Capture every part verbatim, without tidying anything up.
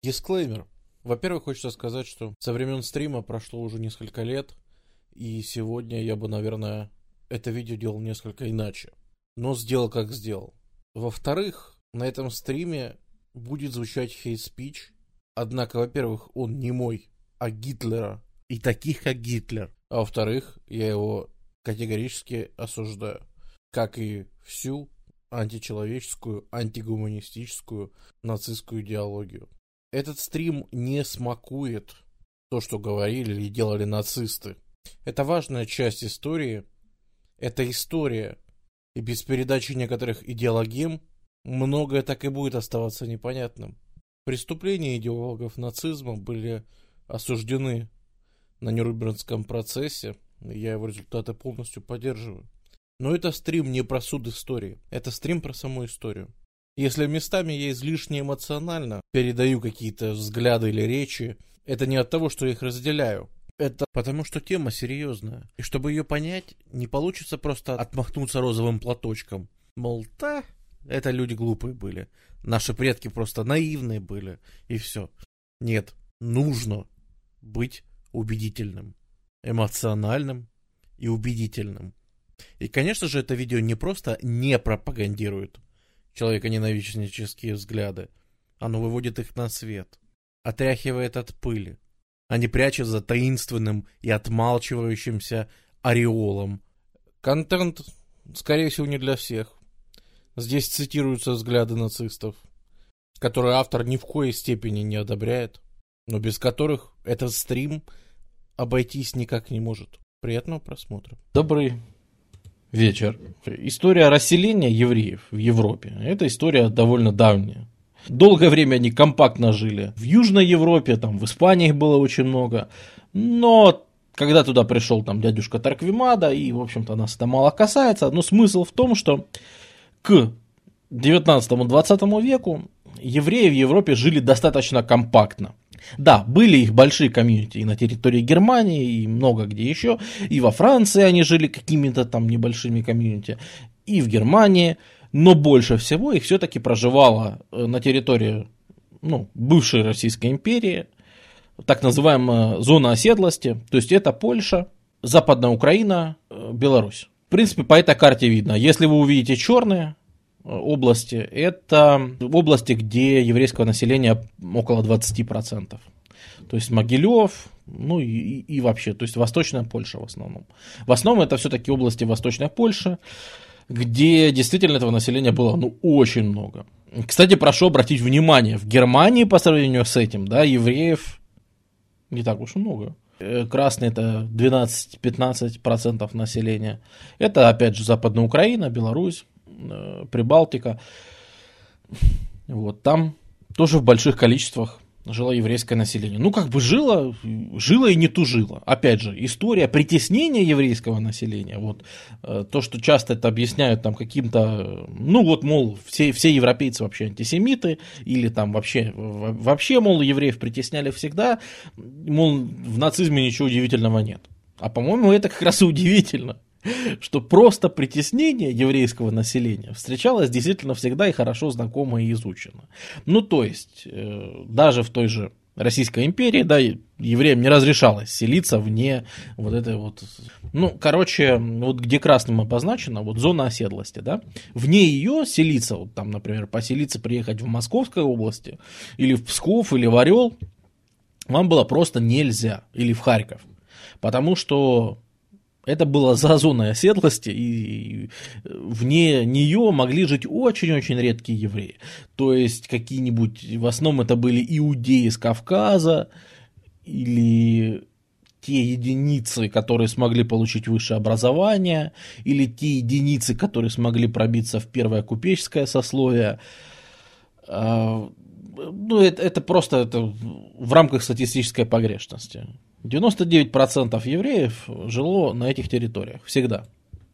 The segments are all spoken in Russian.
Дисклеймер. Во-первых, хочется сказать, что со времен стрима прошло уже несколько лет, и сегодня я бы, наверное, это видео делал несколько иначе. Но сделал, как сделал. Во-вторых, на этом стриме будет звучать хейт-спич, однако, во-первых, он не мой, а Гитлера, и таких, как Гитлер. А во-вторых, я его категорически осуждаю, как и всю античеловеческую, антигуманистическую, нацистскую идеологию. Этот стрим не смакует то, что говорили или делали нацисты. Это важная часть истории. Это история. И без передачи некоторых идеологем многое так и будет оставаться непонятным. Преступления идеологов нацизма были осуждены на Нюрнбергском процессе. Я его результаты полностью поддерживаю. Но это стрим не про суд истории. Это стрим про саму историю. Если местами я излишне эмоционально передаю какие-то взгляды или речи, это не от того, что я их разделяю. Это потому, что тема серьезная. И чтобы ее понять, не получится просто отмахнуться розовым платочком. Мол, да, это люди глупые были. Наши предки просто наивные были. И все. Нет, нужно быть убедительным. Эмоциональным и убедительным. И, конечно же, это видео не просто не пропагандирует человеконенавистнические взгляды. Оно выводит их на свет, отряхивает от пыли, а не прячет за таинственным и отмалчивающимся ореолом. Контент, скорее всего, не для всех. Здесь цитируются взгляды нацистов, которые автор ни в коей степени не одобряет, но без которых этот стрим обойтись никак не может. Приятного просмотра. Добрый вечер. История расселения евреев в Европе – это история довольно давняя. Долгое время они компактно жили в Южной Европе, там в Испании их было очень много. Но когда туда пришел там дядюшка Тарквимада, и, в общем-то, нас это мало касается, но смысл в том, что к девятнадцатому-двадцатому веку евреи в Европе жили достаточно компактно. Да, были их большие комьюнити и на территории Германии, и много где еще, и во Франции они жили какими-то там небольшими комьюнити, и в Германии, но больше всего их все-таки проживало на территории, ну, бывшей Российской империи, так называемая зона оседлости, то есть это Польша, Западная Украина, Беларусь. В принципе, по этой карте видно, если вы увидите черные области, это области, где еврейского населения около двадцать процентов. То есть Могилев, ну и, и, и вообще, то есть Восточная Польша в основном. В основном это все-таки области Восточной Польши, где действительно этого населения было ну, очень много. Кстати, прошу обратить внимание, в Германии по сравнению с этим, да, евреев не так уж и много. Красный это двенадцать-пятнадцать процентов населения. Это опять же Западная Украина, Беларусь, Прибалтика. Вот, там тоже в больших количествах жило еврейское население. Ну, как бы жило, жило и не тужило. Опять же, история притеснения еврейского населения, вот, то, что часто это объясняют там каким-то, ну, вот, мол, все, все европейцы вообще антисемиты, или там вообще, вообще, мол, евреев притесняли всегда, мол, в нацизме ничего удивительного нет. А, по-моему, это как раз и удивительно, что просто притеснение еврейского населения встречалось действительно всегда и хорошо знакомо и изучено. Ну, то есть, э, даже в той же Российской империи, да, евреям не разрешалось селиться вне вот этой вот, ну, короче, вот где красным обозначено, вот зона оседлости, да, вне ее селиться, вот там, например, поселиться, приехать в Московской области, или в Псков, или в Орел, вам было просто нельзя, или в Харьков, потому что это было за зоной оседлости, и вне нее могли жить очень-очень редкие евреи. То есть какие-нибудь, в основном это были иудеи с Кавказа, или те единицы, которые смогли получить высшее образование, или те единицы, которые смогли пробиться в первое купеческое сословие. Ну, это, это просто это в рамках статистической погрешности. девяносто девять процентов евреев жило на этих территориях, всегда.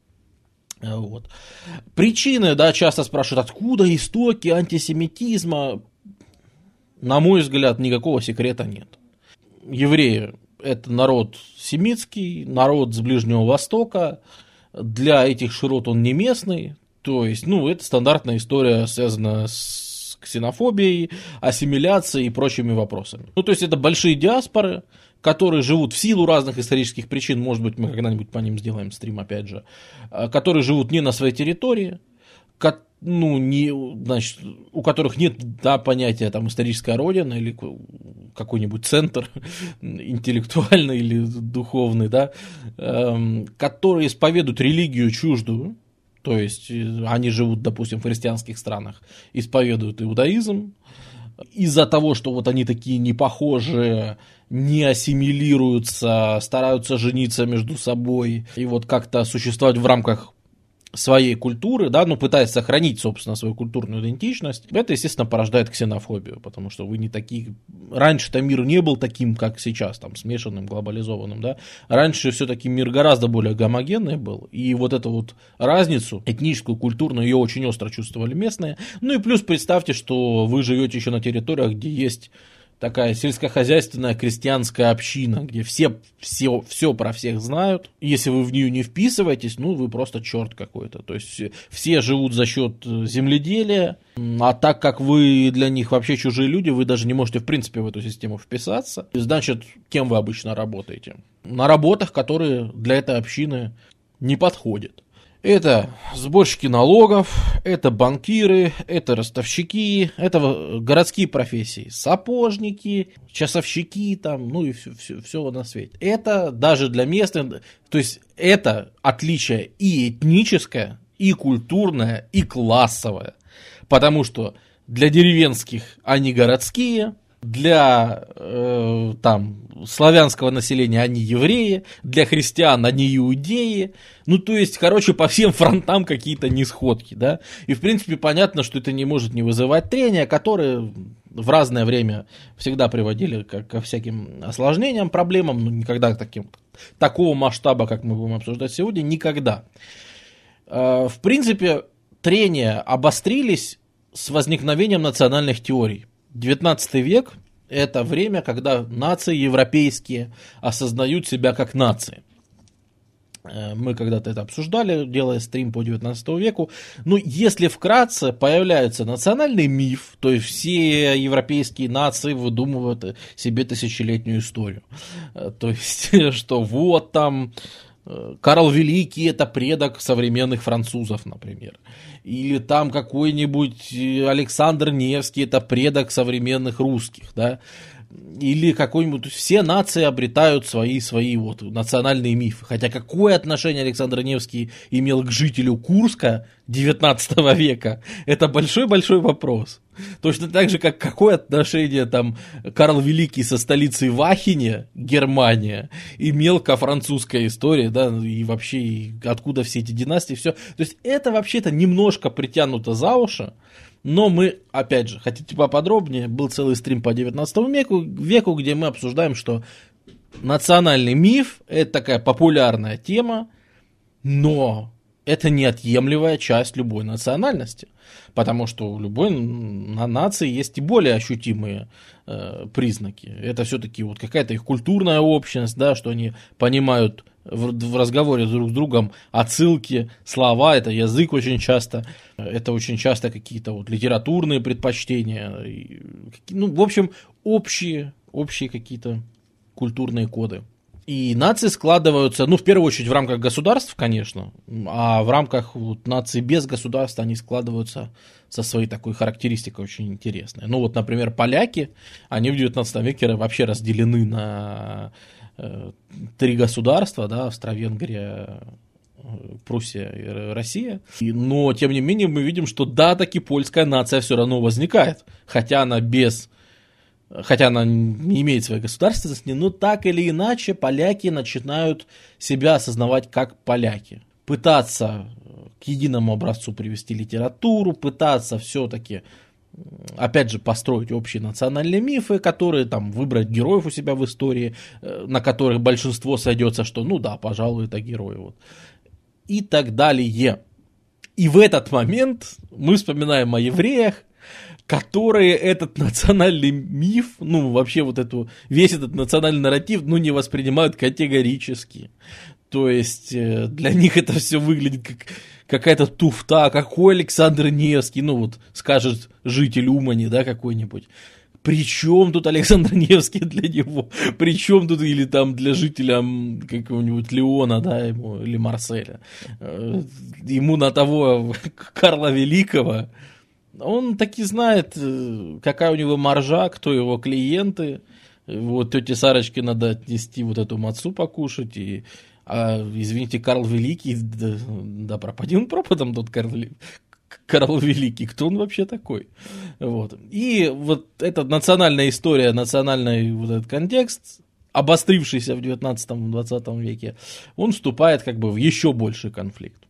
Вот. Причины, да, часто спрашивают, откуда истоки антисемитизма. На мой взгляд, никакого секрета нет. Евреи – это народ семитский, народ с Ближнего Востока. Для этих широт он не местный. То есть, ну, это стандартная история, связанная с ксенофобией, ассимиляцией и прочими вопросами. Ну, то есть это большие диаспоры, которые живут в силу разных исторических причин, может быть, мы когда-нибудь по ним сделаем стрим, опять же, которые живут не на своей территории, ну, не, значит, у которых нет, да, понятия там историческая родина или какой-нибудь центр интеллектуальный или духовный, да, эм, которые исповедуют религию чуждую, то есть они живут, допустим, в христианских странах, исповедуют иудаизм, из-за того, что вот они такие непохожие, не ассимилируются, стараются жениться между собой и вот как-то существовать в рамках своей культуры, да, но пытаясь сохранить, собственно, свою культурную идентичность, это, естественно, порождает ксенофобию, потому что вы не такие... Раньше-то мир не был таким, как сейчас, там, смешанным, глобализованным, да. Раньше все-таки мир гораздо более гомогенный был, и вот эту вот разницу этническую, культурную, ее очень остро чувствовали местные. Ну и плюс представьте, что вы живете еще на территориях, где есть такая сельскохозяйственная крестьянская община, где все, все, все про всех знают. Если вы в нее не вписываетесь, ну, вы просто черт какой-то. То есть все живут за счет земледелия, а так как вы для них вообще чужие люди, вы даже не можете в принципе в эту систему вписаться. Значит, кем вы обычно работаете? На работах, которые для этой общины не подходят. Это сборщики налогов, это банкиры, это ростовщики, это городские профессии, сапожники, часовщики, там, ну и все, все, все на свете. Это даже для местных, то есть это отличие и этническое, и культурное, и классовое, потому что для деревенских они городские, для э, там, славянского населения они евреи, для христиан они иудеи, ну то есть, короче, по всем фронтам какие-то несходки, да, и в принципе понятно, что это не может не вызывать трения, которые в разное время всегда приводили к, ко всяким осложнениям, проблемам, но никогда к таким, такого масштаба, как мы будем обсуждать сегодня, никогда. Э, в принципе, трения обострились с возникновением национальных теорий. девятнадцатый век – это время, когда нации европейские осознают себя как нации. Мы когда-то это обсуждали, делая стрим по девятнадцатому веку. Но если вкратце, появляется национальный миф, то есть все европейские нации выдумывают себе тысячелетнюю историю. То есть, что вот там Карл Великий – это предок современных французов, например. Или там какой-нибудь Александр Невский – это предок современных русских, да. Или какой-нибудь... Все нации обретают свои, свои вот национальные мифы. Хотя какое отношение Александр Невский имел к жителю Курска девятнадцатого века? Это большой-большой вопрос. Точно так же, как какое отношение там Карл Великий со столицей Вахине, Германия, имел ко французской истории, да, и вообще и откуда все эти династии, все. То есть это вообще-то немножко притянуто за уши. Но мы, опять же, хотите поподробнее, был целый стрим по девятнадцатому веку, веку, где мы обсуждаем, что национальный миф – это такая популярная тема, но это неотъемлемая часть любой национальности, потому что у любой нации есть и более ощутимые э, признаки. Это все-таки вот какая-то их культурная общность, да, что они понимают в, в разговоре друг с другом отсылки, слова, это язык очень часто, это очень часто какие-то вот литературные предпочтения, и, ну, в общем, общие, общие какие-то культурные коды. И нации складываются, ну, в первую очередь, в рамках государств, конечно, а в рамках вот, наций без государства они складываются со своей такой характеристикой очень интересной. Ну, вот, например, поляки, они в девятнадцатом веке вообще разделены на э, три государства, да, Австро-Венгрия, Пруссия и Россия. И, но, тем не менее, мы видим, что да, таки польская нация все равно возникает, хотя она без... Хотя она не имеет своей государственности, но так или иначе поляки начинают себя осознавать как поляки. Пытаться к единому образцу привести литературу, пытаться все-таки, опять же, построить общие национальные мифы, которые там выбрать героев у себя в истории, на которых большинство сойдется, что ну да, пожалуй, это герои. Вот. И так далее. И в этот момент мы вспоминаем о евреях, которые этот национальный миф, ну, вообще вот эту, весь этот национальный нарратив, ну, не воспринимают категорически. То есть, для них это все выглядит как какая-то туфта, какой Александр Невский, ну вот скажет житель Умани, да, какой-нибудь. При чем тут Александр Невский для него? При чем тут или там для жителя какого-нибудь Леона, да, ему, или Марселя? Ему на того Карла Великого. Он таки знает, какая у него маржа, кто его клиенты. Вот тете Сарочке надо отнести вот эту мацу покушать. И, а, извините, Карл Великий, да, да пропади он пропадом тот Карл Великий. Карл Великий, кто он вообще такой? Вот. И вот эта национальная история, национальный вот этот контекст, обострившийся в девятнадцатом-двадцатом веке, он вступает как бы в еще больший конфликт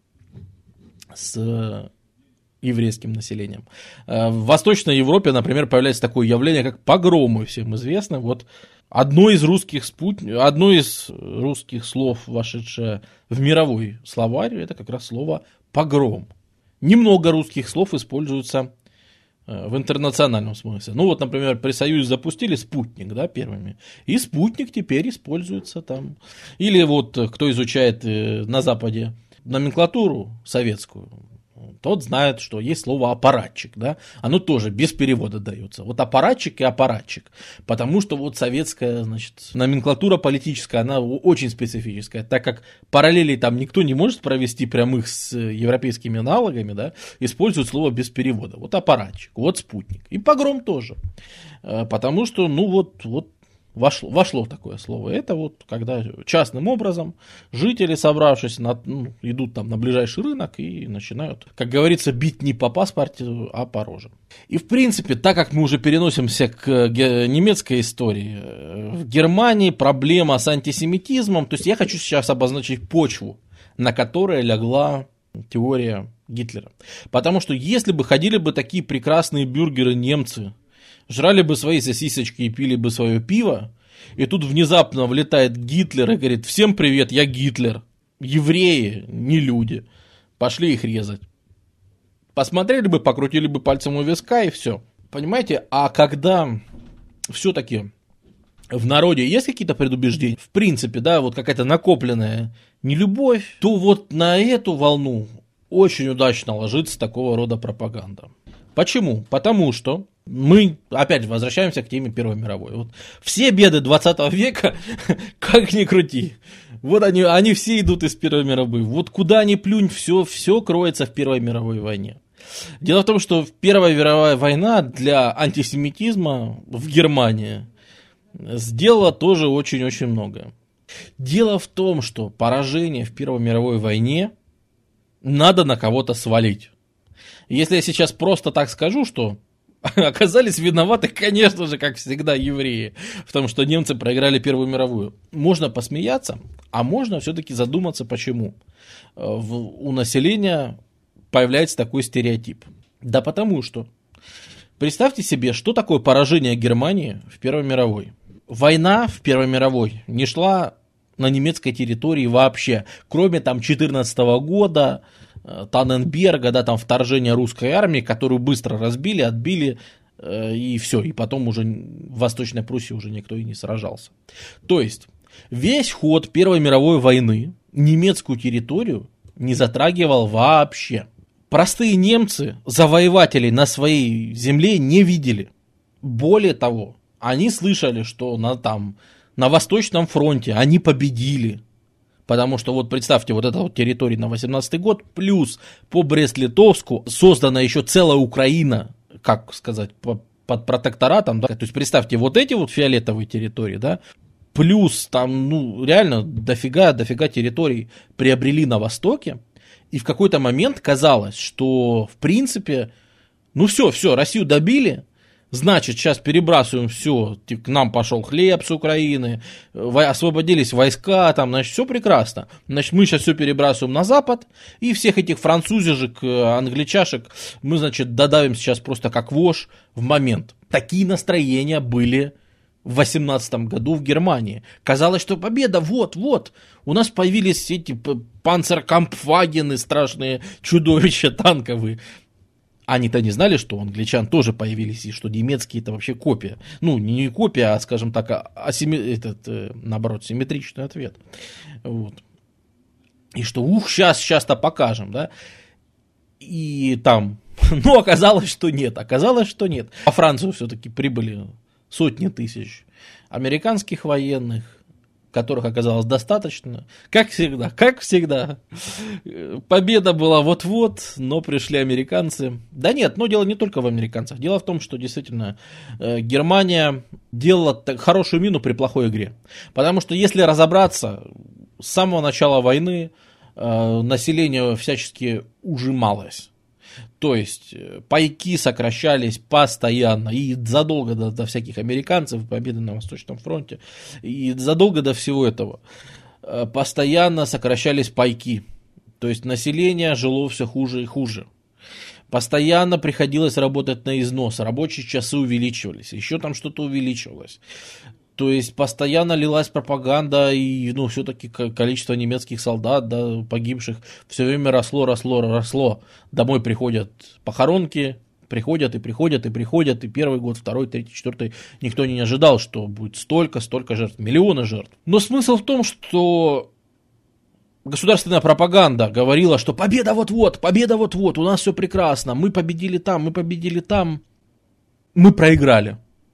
с еврейским населением. В Восточной Европе, например, появляется такое явление, как погромы, всем известно. Вот одно из русских спут... одно из русских слов, вошедшее в мировой словарь, это как раз слово «погром». Немного русских слов используются в интернациональном смысле. Ну вот, например, при Союзе запустили спутник, да, первыми, и спутник теперь используется там. Или вот кто изучает на Западе номенклатуру советскую, тот знает, что есть слово аппаратчик, да, оно тоже без перевода дается. Вот аппаратчик и аппаратчик, потому что вот советская, значит, номенклатура политическая, она очень специфическая, так как параллелей там никто не может провести прямых с европейскими аналогами, да, используют слово без перевода. Вот аппаратчик, вот спутник. И погром тоже, потому что, ну вот, вот, Вошло, вошло такое слово. Это вот когда частным образом жители, собравшись, на, ну, идут там на ближайший рынок и начинают, как говорится, бить не по паспорту, а по роже. И в принципе, так как мы уже переносимся к немецкой истории, в Германии проблема с антисемитизмом, то есть я хочу сейчас обозначить почву, на которой легла теория Гитлера. Потому что если бы ходили бы такие прекрасные бюргеры немцы, жрали бы свои сосисочки и пили бы свое пиво, и тут внезапно влетает Гитлер и говорит: всем привет, я Гитлер. Евреи, не люди. Пошли их резать. Посмотрели бы, покрутили бы пальцем у виска и все. Понимаете, а когда все-таки в народе есть какие-то предубеждения, в принципе, да, вот какая-то накопленная нелюбовь, то вот на эту волну очень удачно ложится такого рода пропаганда. Почему? Потому что мы опять возвращаемся к теме Первой мировой. Вот все беды двадцатого века, как ни крути, вот они, они все идут из Первой мировой. Вот куда ни плюнь, все, все кроется в Первой мировой войне. Дело в том, что Первая мировая война для антисемитизма в Германии сделала тоже очень-очень много. Дело в том, что поражение в Первой мировой войне надо на кого-то свалить. Если я сейчас просто так скажу, что оказались виноваты, конечно же, как всегда, евреи, в том, что немцы проиграли Первую мировую, можно посмеяться, а можно все-таки задуматься, почему у населения появляется такой стереотип. Да потому что, представьте себе, что такое поражение Германии в Первой мировой. Война в Первой мировой не шла на немецкой территории вообще, кроме там четырнадцатого года, Танненберга, да, там вторжение русской армии, которую быстро разбили, отбили, э, и все, и потом уже в Восточной Пруссии уже никто и не сражался. То есть весь ход Первой мировой войны немецкую территорию не затрагивал вообще. Простые немцы завоевателей на своей земле не видели. Более того, они слышали, что на, там, на Восточном фронте они победили. Потому что вот представьте, вот эта вот территория на восемнадцатый год, плюс по Брест-Литовску создана еще целая Украина, как сказать, по, под протекторатом, да, то есть представьте, вот эти вот фиолетовые территории, да, плюс там, ну, реально дофига, дофига территорий приобрели на Востоке, и в какой-то момент казалось, что, в принципе, ну все, все, Россию добили, значит, сейчас перебрасываем все, к нам пошел хлеб с Украины, освободились войска, там, значит, все прекрасно. Значит, мы сейчас все перебрасываем на Запад, и всех этих французежек, англичашек мы, значит, додавим сейчас просто как вошь в момент. Такие настроения были в восемнадцатом году в Германии. Казалось, что победа, вот-вот, у нас появились эти панцеркампфвагены, страшные чудовища танковые. Они-то не знали, что у англичан тоже появились, и что немецкие это вообще копия. Ну, не копия, а, скажем так, асимми... этот, наоборот, симметричный ответ. Вот. И что, ух, сейчас, сейчас-то покажем, да. И там, ну, оказалось, что нет, оказалось, что нет. Во Францию все-таки прибыли сотни тысяч американских военных, которых оказалось достаточно. Как всегда, как всегда. Победа была вот-вот, но пришли американцы. Да нет, но дело не только в американцах. Дело в том, что действительно Германия делала хорошую мину при плохой игре. Потому что если разобраться, с самого начала войны население всячески ужималось. То есть пайки сокращались постоянно, и задолго до, до всяких американцев, победы на Восточном фронте, и задолго до всего этого постоянно сокращались пайки. То есть население жило все хуже и хуже. Постоянно приходилось работать на износ, рабочие часы увеличивались, еще там что-то увеличивалось. То есть постоянно лилась пропаганда, и ну, все-таки количество немецких солдат, да, погибших, все время росло, росло, росло. Домой приходят похоронки, приходят и приходят и приходят, и первый год, второй, третий, четвертый, никто не ожидал, что будет столько, столько жертв, миллионы жертв. Но смысл в том, что государственная пропаганда говорила, что победа вот-вот, победа вот-вот, у нас все прекрасно, мы победили там, мы победили там. Мы проиграли.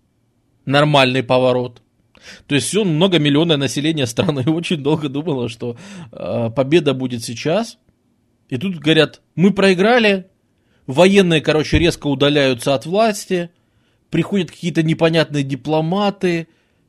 Нормальный поворот. То есть все многомиллионное население страны очень долго думало, что э, победа будет сейчас. И тут говорят, мы проиграли, военные, короче, резко удаляются от власти, приходят какие-то непонятные дипломаты,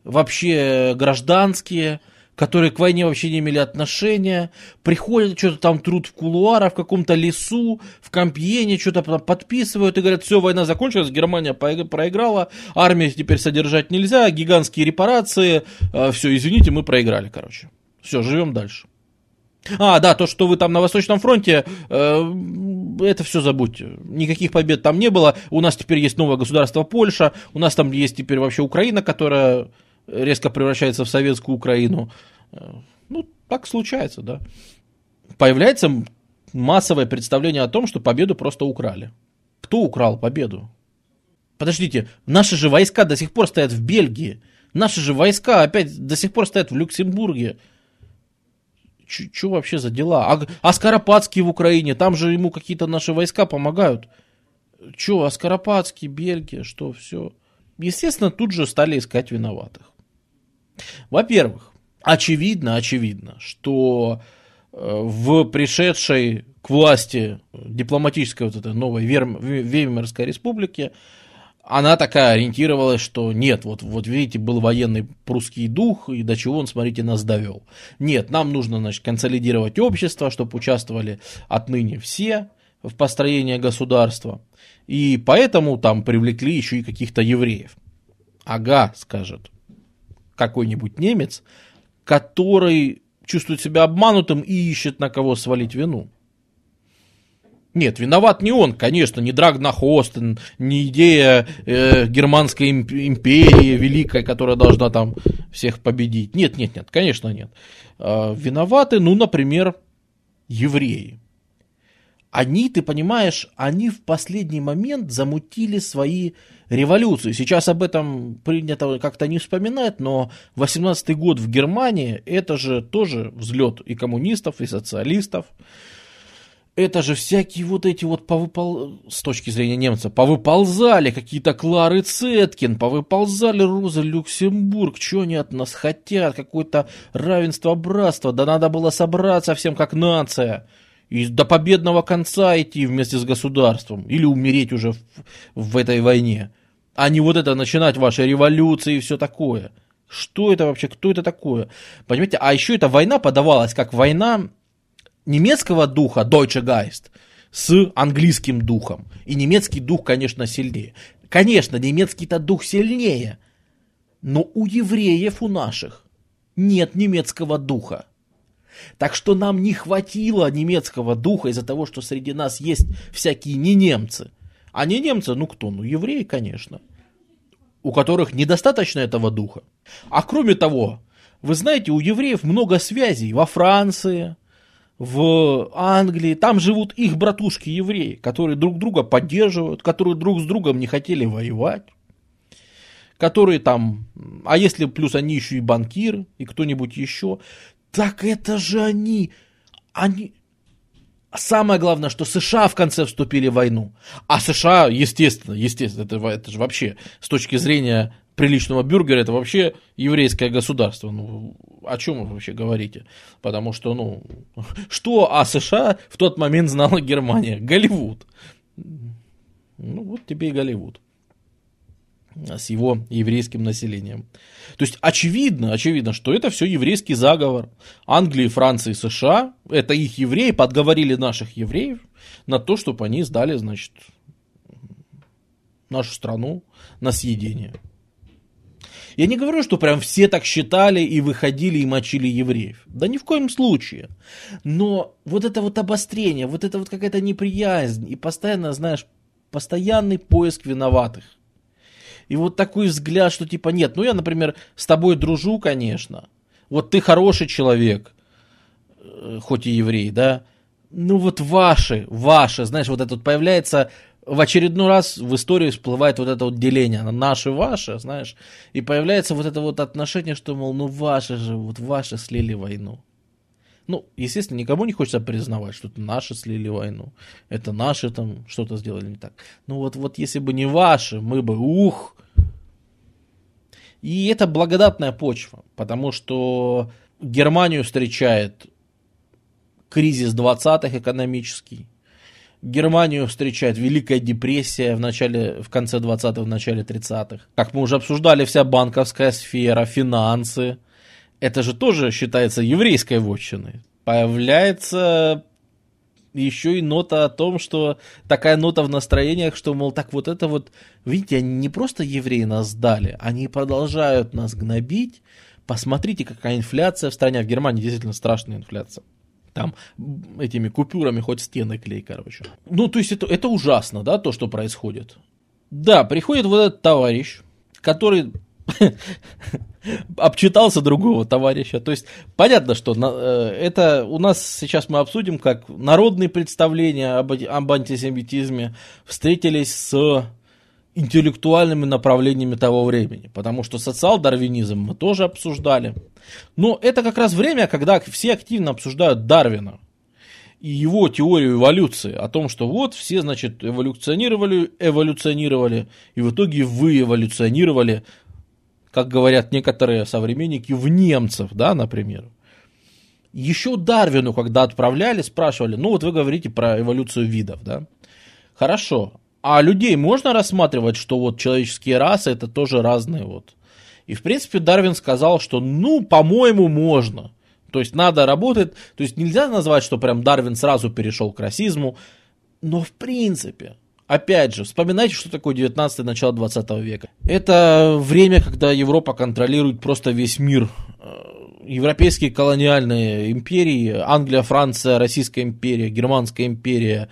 вообще гражданские, которые к войне вообще не имели отношения, приходят, что-то там трут в кулуарах, в каком-то лесу, в Кампьене, что-то там подписывают и говорят, все, война закончилась, Германия проиграла, армию теперь содержать нельзя, гигантские репарации, все, извините, мы проиграли, короче. Все, живем дальше. А, да, то, что вы там на Восточном фронте, э, это все забудьте. Никаких побед там не было. У нас теперь есть новое государство Польша, у нас там есть теперь вообще Украина, которая резко превращается в советскую Украину. Ну, так случается, да. Появляется массовое представление о том, что победу просто украли. Кто украл победу? Подождите, наши же войска до сих пор стоят в Бельгии. Наши же войска опять до сих пор стоят в Люксембурге. Что вообще за дела? А, а Скоропадский в Украине, там же ему какие-то наши войска помогают. Че, а Скоропадский, Бельгия, что, все? Естественно, тут же стали искать виноватых. Во-первых, очевидно, очевидно, что в пришедшей к власти дипломатической вот этой новой Веймарской республике она такая ориентировалась, что нет, вот, вот видите, был военный прусский дух, и до чего он, смотрите, нас довел. Нет, нам нужно, значит, консолидировать общество, чтобы участвовали отныне все в построении государства. И поэтому там привлекли еще и каких-то евреев. Ага, скажет какой-нибудь немец, который чувствует себя обманутым и ищет на кого свалить вину. Нет, виноват не он, конечно, не Драгнахостен, не идея э, германской империи великой, которая должна там всех победить. Нет, нет, нет, конечно нет. Э, виноваты, ну, например, евреи. Они, ты понимаешь, они в последний момент замутили свои революции. Сейчас об этом принято как-то не вспоминать, но восемнадцатый год в Германии, это же тоже взлет и коммунистов, и социалистов. Это же всякие вот эти вот, повыпол... с точки зрения немца, повыползали какие-то Клары Цеткин, повыползали Роза Люксембург, что они от нас хотят, какое-то равенство, братство, да надо было собраться всем как нация. И до победного конца идти вместе с государством. Или умереть уже в, в этой войне. А не вот это начинать ваши революции и все такое. Что это вообще? Кто это такое? Понимаете? А еще эта война подавалась как война немецкого духа, Deutsche Geist, с английским духом. И немецкий дух, конечно, сильнее. Конечно, немецкий-то дух сильнее. Но у евреев, у наших, нет немецкого духа. Так что нам не хватило немецкого духа из-за того, что среди нас есть всякие не немцы. А не немцы, ну кто? Ну евреи, конечно. У которых недостаточно этого духа. А кроме того, вы знаете, у евреев много связей во Франции, в Англии. Там живут их братушки-евреи, которые друг друга поддерживают, которые друг с другом не хотели воевать. Которые там, а если плюс они еще и банкиры, и кто-нибудь еще... Так это же они, они, А самое главное, что США в конце вступили в войну. А США, естественно, естественно, это, это же вообще с точки зрения приличного бюргера, это вообще еврейское государство. Ну, о чем вы вообще говорите? Потому что, ну, что о США в тот момент знала Германия? Голливуд. Ну, вот тебе и Голливуд. С его еврейским населением. То есть очевидно, очевидно, что это все еврейский заговор. Англии, Франции, США, это их евреи подговорили наших евреев на то, чтобы они сдали, значит, нашу страну на съедение. Я не говорю, что прям все так считали и выходили и мочили евреев. Да ни в коем случае. Но вот это вот обострение, вот это вот какая-то неприязнь и постоянно, знаешь, постоянный поиск виноватых. И вот такой взгляд, что типа нет, ну я, например, с тобой дружу, конечно, вот ты хороший человек, хоть и еврей, да, ну вот ваши, ваши, знаешь, вот это вот появляется, в очередной раз в истории всплывает вот это вот деление на наши, ваши, знаешь, и появляется вот это вот отношение, что, мол, ну ваши же, вот ваши слили войну. Ну, естественно, никому не хочется признавать, что это наши слили войну, это наши там что-то сделали не так. Ну вот, вот если бы не ваши, мы бы, ух. И это благодатная почва, потому что Германию встречает кризис двадцатых экономический, Германию встречает Великая депрессия в, начале, в конце двадцатых, в начале тридцатых. Как мы уже обсуждали, вся банковская сфера, финансы. Это же тоже считается еврейской вотчиной. Появляется еще и нота о том, что такая нота в настроениях, что, мол, так вот это вот, видите, они не просто евреи нас сдали, они продолжают нас гнобить. Посмотрите, какая инфляция в стране. В Германии действительно страшная инфляция. Там этими купюрами хоть стены клей, короче. Ну, то есть это, это ужасно, да, то, что происходит. Да, приходит вот этот товарищ, который обчитался другого товарища. То есть понятно, что это у нас сейчас мы обсудим, как народные представления об, об антисемитизме встретились с интеллектуальными направлениями того времени. Потому что социал-дарвинизм мы тоже обсуждали. Но это как раз время, когда все активно обсуждают Дарвина и его теорию эволюции, о том, что вот все, значит, эволюционировали, эволюционировали, и в итоге вы эволюционировали, как говорят некоторые современники, в немцев, да, например. Еще Дарвину, когда отправляли, спрашивали, ну вот вы говорите про эволюцию видов, да, хорошо, а людей можно рассматривать, что вот человеческие расы это тоже разные вот. И в принципе Дарвин сказал, что ну, по-моему, можно. То есть надо работать, то есть нельзя назвать, что прям Дарвин сразу перешел к расизму, но в принципе... Опять же, вспоминайте, что такое девятнадцатое, начало двадцатого века. Это время, когда Европа контролирует просто весь мир. Европейские колониальные империи, Англия, Франция, Российская империя, Германская империя,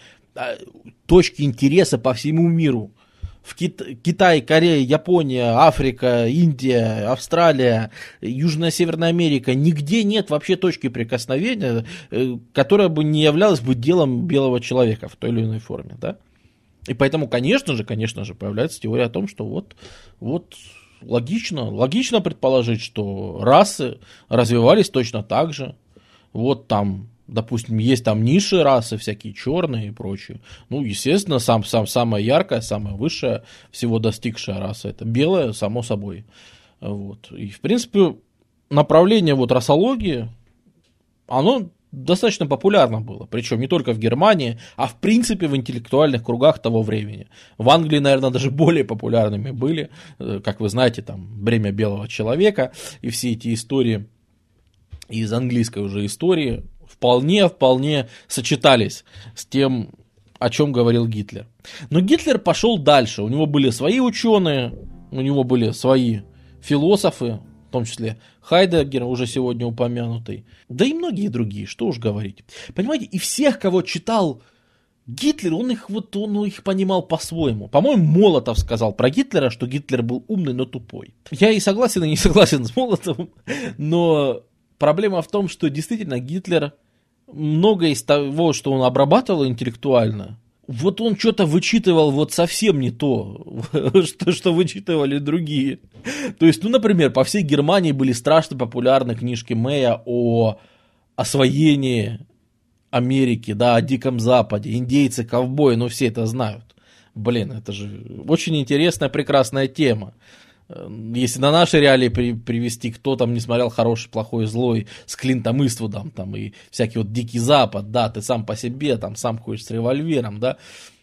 точки интереса по всему миру. В Кит... Китай, Корея, Япония, Африка, Индия, Австралия, Южная Северная Америка. Нигде нет вообще точки прикосновения, которая бы не являлась бы делом белого человека в той или иной форме, да? И поэтому, конечно же, конечно же, появляется теория о том, что вот, вот логично, логично предположить, что расы развивались точно так же. Вот там, допустим, есть там низшие расы, всякие черные и прочие. Ну, естественно, сам, сам, самая яркая, самая высшая, всего достигшая раса, это белая, само собой. Вот. И, в принципе, направление вот расологии, оно... достаточно популярно было, причем не только в Германии, а в принципе в интеллектуальных кругах того времени. В Англии, наверное, даже более популярными были, как вы знаете, там «Бремя белого человека» и все эти истории из английской уже истории вполне-вполне сочетались с тем, о чем говорил Гитлер. Но Гитлер пошел дальше, у него были свои ученые, у него были свои философы, в том числе Хайдеггер, уже сегодня упомянутый, да и многие другие, что уж говорить. Понимаете, и всех, кого читал Гитлер, он их, вот, он их понимал по-своему. По-моему, Молотов сказал про Гитлера, что Гитлер был умный, но тупой. Я и согласен, и не согласен с Молотовым, но проблема в том, что действительно Гитлер многое из того, что он обрабатывал интеллектуально, вот он что-то вычитывал вот совсем не то, что, что вычитывали другие. То есть, ну, например, по всей Германии были страшно популярны книжки Мэя о освоении Америки, да, о Диком Западе, индейцы, ковбои, ну все это знают. Блин, это же очень интересная, прекрасная тема. Если на наши реалии при, привести, кто там не смотрел «Хороший, плохой, злой» с Клинтом Иствудом, там, и всякий вот Дикий Запад, да, ты сам по себе, там, сам ходишь с револьвером, да,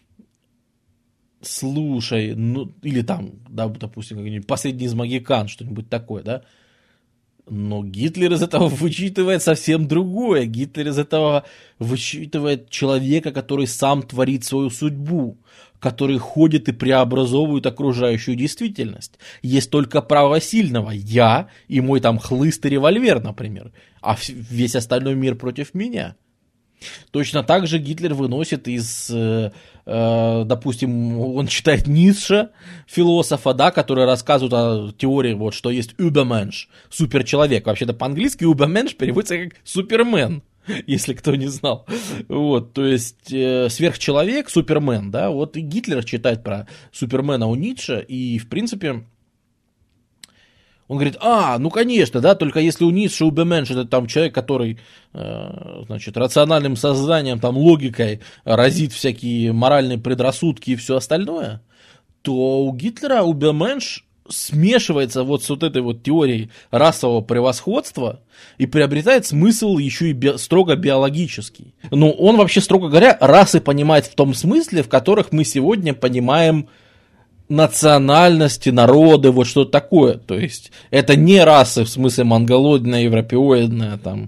слушай, ну, или там, да, допустим, какой-нибудь «Последний из Могикан», что-нибудь такое, да, но Гитлер из этого вычитывает совсем другое. Гитлер из этого вычитывает человека, который сам творит свою судьбу, который ходит и преобразовывает окружающую действительность. Есть только право сильного. Я и мой там хлыст и револьвер, например. А весь остальной мир против меня. Точно так же Гитлер выносит из, э, э, допустим, он читает Ницше, философа, да, который рассказывает о теории, вот, что есть Übermensch, суперчеловек. Вообще-то по-английски Übermensch переводится как Супермен, если кто не знал. Вот, то есть э, сверхчеловек, Супермен, да, вот и Гитлер читает про Супермена у Ницше, и, в принципе, он говорит, а, ну конечно, да, только если у Ницше Übermensch это там человек, который, э, значит, рациональным сознанием, там, логикой разит всякие моральные предрассудки и все остальное, то у Гитлера Übermensch смешивается вот с вот этой вот теорией расового превосходства и приобретает смысл еще и би- строго биологический. Ну, он вообще, строго говоря, расы понимает в том смысле, в которых мы сегодня понимаем национальности, народы, вот что-то такое. То есть это не расы в смысле монголоидная, европеоидная, там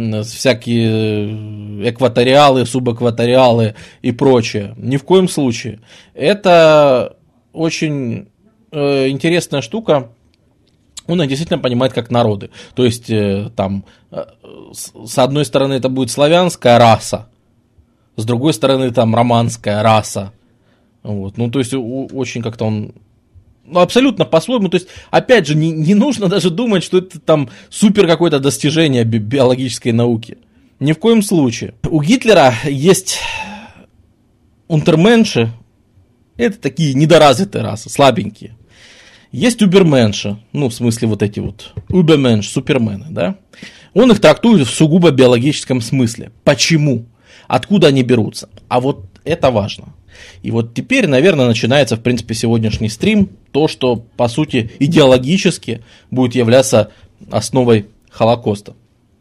всякие экваториалы, субэкваториалы и прочее. Ни в коем случае. Это очень э, интересная штука. Он их действительно понимает как народы. То есть э, там э, с одной стороны это будет славянская раса, с другой стороны там романская раса. Вот, ну, то есть, очень как-то он, ну, абсолютно по-своему, то есть, опять же, не, не нужно даже думать, что это там супер какое-то достижение би- биологической науки. Ни в коем случае. У Гитлера есть унтерменши, это такие недоразвитые расы, слабенькие. Есть уберменши, ну, в смысле, вот эти вот, уберменш, супермены, да. Он их трактует в сугубо биологическом смысле. Почему? Откуда они берутся? А вот это важно. И вот теперь, наверное, начинается, в принципе, сегодняшний стрим, то, что, по сути, идеологически будет являться основой Холокоста.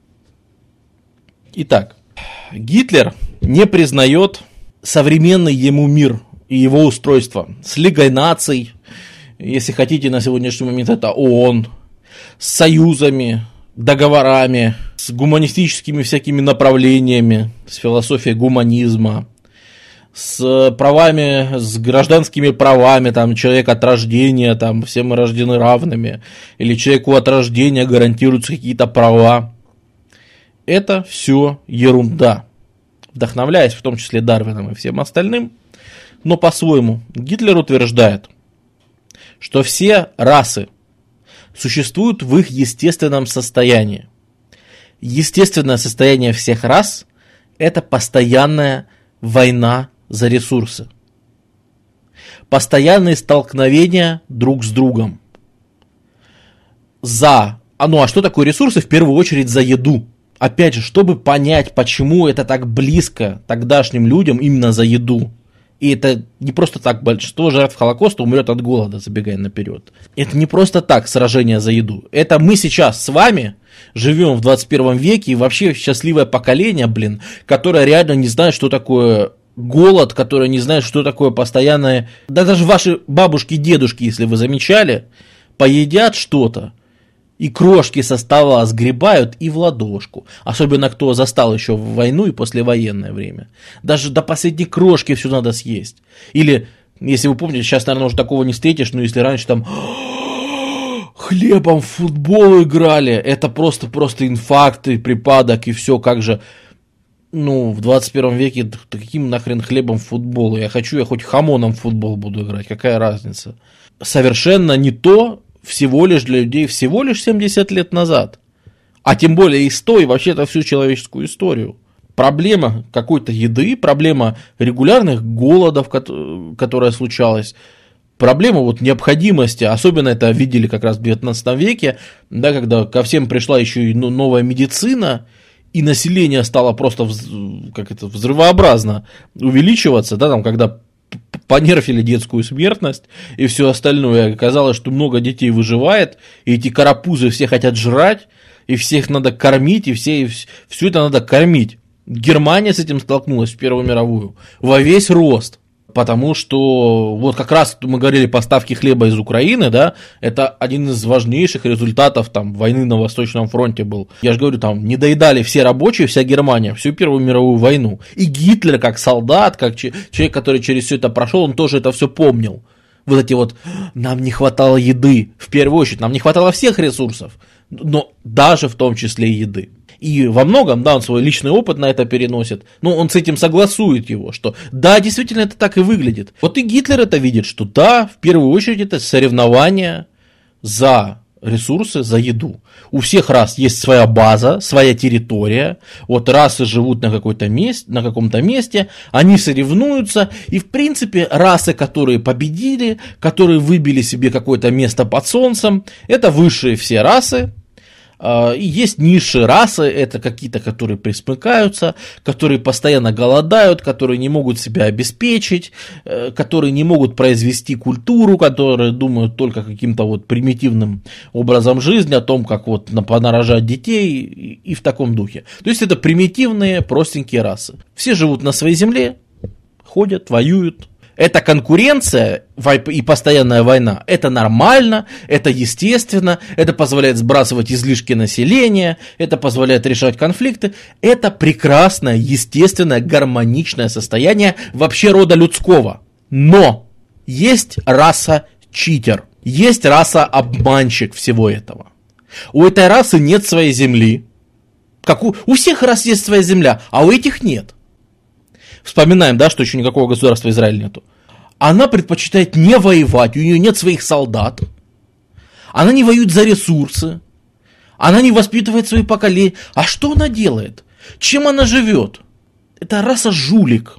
Итак, Гитлер не признает современный ему мир и его устройство с Лигой наций, если хотите, на сегодняшний момент это ООН, с союзами, договорами, с гуманистическими всякими направлениями, с философией гуманизма, с правами, с гражданскими правами, там, человек от рождения, там, все мы рождены равными, или человеку от рождения гарантируются какие-то права. Это все ерунда. Вдохновляясь в том числе Дарвином и всем остальным, но по-своему Гитлер утверждает, что все расы существуют в их естественном состоянии. Естественное состояние всех рас – это постоянная война за ресурсы. Постоянные столкновения друг с другом. За... А ну а что такое ресурсы? В первую очередь за еду. Опять же, чтобы понять, почему это так близко тогдашним людям именно за еду. И это не просто так, большинство жертв Холокоста умрет от голода, забегая наперед. Это не просто так сражение за еду. Это мы сейчас с вами живем в двадцать первом веке, и вообще счастливое поколение, блин, которое реально не знает, что такое голод, которое не знает, что такое постоянное... Да даже ваши бабушки и дедушки, если вы замечали, поедят что-то, и крошки со стола сгребают и в ладошку. Особенно кто застал еще войну и послевоенное время. Даже до последней крошки все надо съесть. Или, если вы помните, сейчас, наверное, уже такого не встретишь, но если раньше там хлебом в футбол играли, это просто, просто инфаркт и припадок, и все, как же... Ну, в двадцать первом веке каким нахрен хлебом в футбол? Я хочу, я хоть хамоном в футбол буду играть, какая разница? Совершенно не то, всего лишь для людей, всего лишь семьдесят лет назад. А тем более и сто, и вообще-то всю человеческую историю. Проблема какой-то еды, проблема регулярных голодов, которая случалась, проблема вот необходимости, особенно это видели как раз в девятнадцатом веке, да, когда ко всем пришла еще и новая медицина, и население стало просто как это, взрывообразно увеличиваться, да, там, когда понерфили детскую смертность и все остальное, оказалось, что много детей выживает, и эти карапузы все хотят жрать, и всех надо кормить, и все, и все это надо кормить. Германия с этим столкнулась в Первую мировую во весь рост. Потому что вот как раз мы говорили поставки хлеба из Украины, да, это один из важнейших результатов там войны на Восточном фронте был. Я же говорю, там не доедали все рабочие, вся Германия, всю Первую мировую войну. И Гитлер как солдат, как человек, который через все это прошел, он тоже это все помнил. Вот эти вот, нам не хватало еды, в первую очередь, нам не хватало всех ресурсов, но даже в том числе и еды. И во многом, да, он свой личный опыт на это переносит, но он с этим согласует его, что да, действительно это так и выглядит. Вот и Гитлер это видит, что да, в первую очередь это соревнования за ресурсы, за еду. У всех рас есть своя база, своя территория, вот расы живут на, какой-то месте, на каком-то месте, они соревнуются, и в принципе расы, которые победили, которые выбили себе какое-то место под солнцем, это высшие все расы. И есть низшие расы, это какие-то, которые присмыкаются, которые постоянно голодают, которые не могут себя обеспечить, которые не могут произвести культуру, которые думают только каким-то вот примитивным образом жизни, о том, как вот понарожать детей и, и в таком духе. То есть это примитивные, простенькие расы. Все живут на своей земле, ходят, воюют. Это конкуренция и постоянная война, это нормально, это естественно, это позволяет сбрасывать излишки населения, это позволяет решать конфликты, это прекрасное, естественное, гармоничное состояние вообще рода людского. Но есть раса читер, есть раса обманщик всего этого. У этой расы нет своей земли, как у, у всех рас есть своя земля, а у этих нет. Вспоминаем, да, что еще никакого государства Израиль нету. Она предпочитает не воевать, у нее нет своих солдат. Она не воюет за ресурсы. Она не воспитывает свои поколения. А что она делает? Чем она живет? Это раса жулик.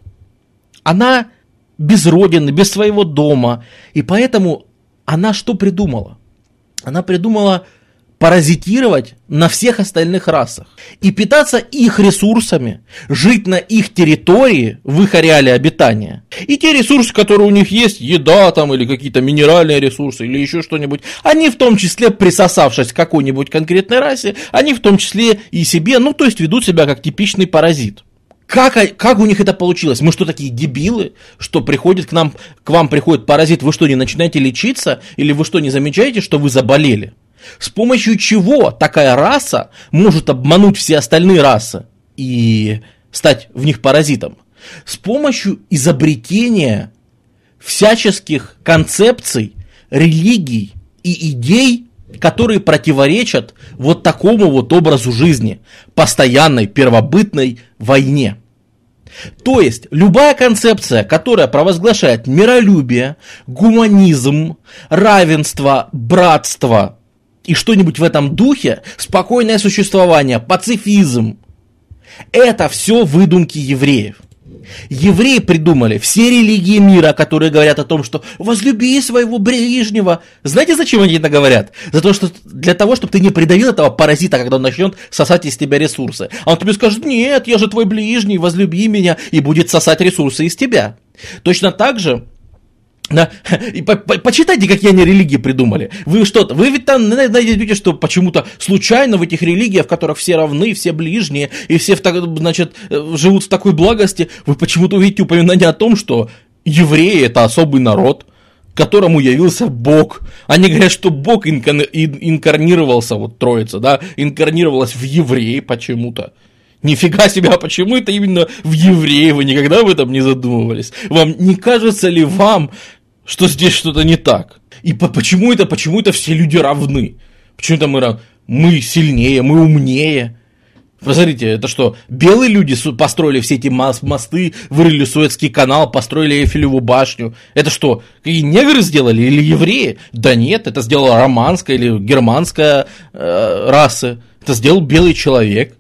Она без родины, без своего дома. И поэтому она что придумала? Она придумала паразитировать на всех остальных расах и питаться их ресурсами, жить на их территории, в их ареале обитания. И те ресурсы, которые у них есть, еда там или какие-то минеральные ресурсы или еще что-нибудь, они в том числе, присосавшись к какой-нибудь конкретной расе, они в том числе и себе, ну то есть ведут себя как типичный паразит. Как, как у них это получилось? Мы что, такие дебилы, что приходит к нам, к вам приходит паразит, вы что, не начинаете лечиться? Или вы что, не замечаете, что вы заболели? С помощью чего такая раса может обмануть все остальные расы и стать в них паразитом? С помощью изобретения всяческих концепций, религий и идей, которые противоречат вот такому вот образу жизни, постоянной первобытной войне. То есть, любая концепция, которая провозглашает миролюбие, гуманизм, равенство, братство и что-нибудь в этом духе, спокойное существование, пацифизм, это все выдумки евреев. Евреи придумали все религии мира, которые говорят о том, что возлюби своего ближнего. Знаете, зачем они это говорят? За то, что, для того, чтобы ты не придавил этого паразита, когда он начнет сосать из тебя ресурсы. А он тебе скажет: нет, я же твой ближний, возлюби меня, и будет сосать ресурсы из тебя. Точно так же, да, и по, по, почитайте, какие они религии придумали. Вы что-то, вы ведь там найдете, что почему-то случайно в этих религиях, в которых все равны, все ближние, и все, в, значит, живут в такой благости, вы почему-то увидите упоминание о том, что евреи — это особый народ, которому явился Бог. Они говорят, что Бог инкар... инкарнировался, вот Троица, да, инкарнировалась в евреи почему-то. Нифига себе, а почему это именно в евреи? Вы никогда об этом не задумывались? Вам не кажется ли вам, что здесь что-то не так? И по- почему это, почему это все люди равны? Почему-то мы, мы сильнее, мы умнее. Посмотрите, это что, белые люди построили все эти мосты, вырыли Суэцкий канал, построили Эйфелеву башню? Это что, какие негры сделали или евреи? Да нет, это сделала романская или германская э, раса. Это сделал белый человек.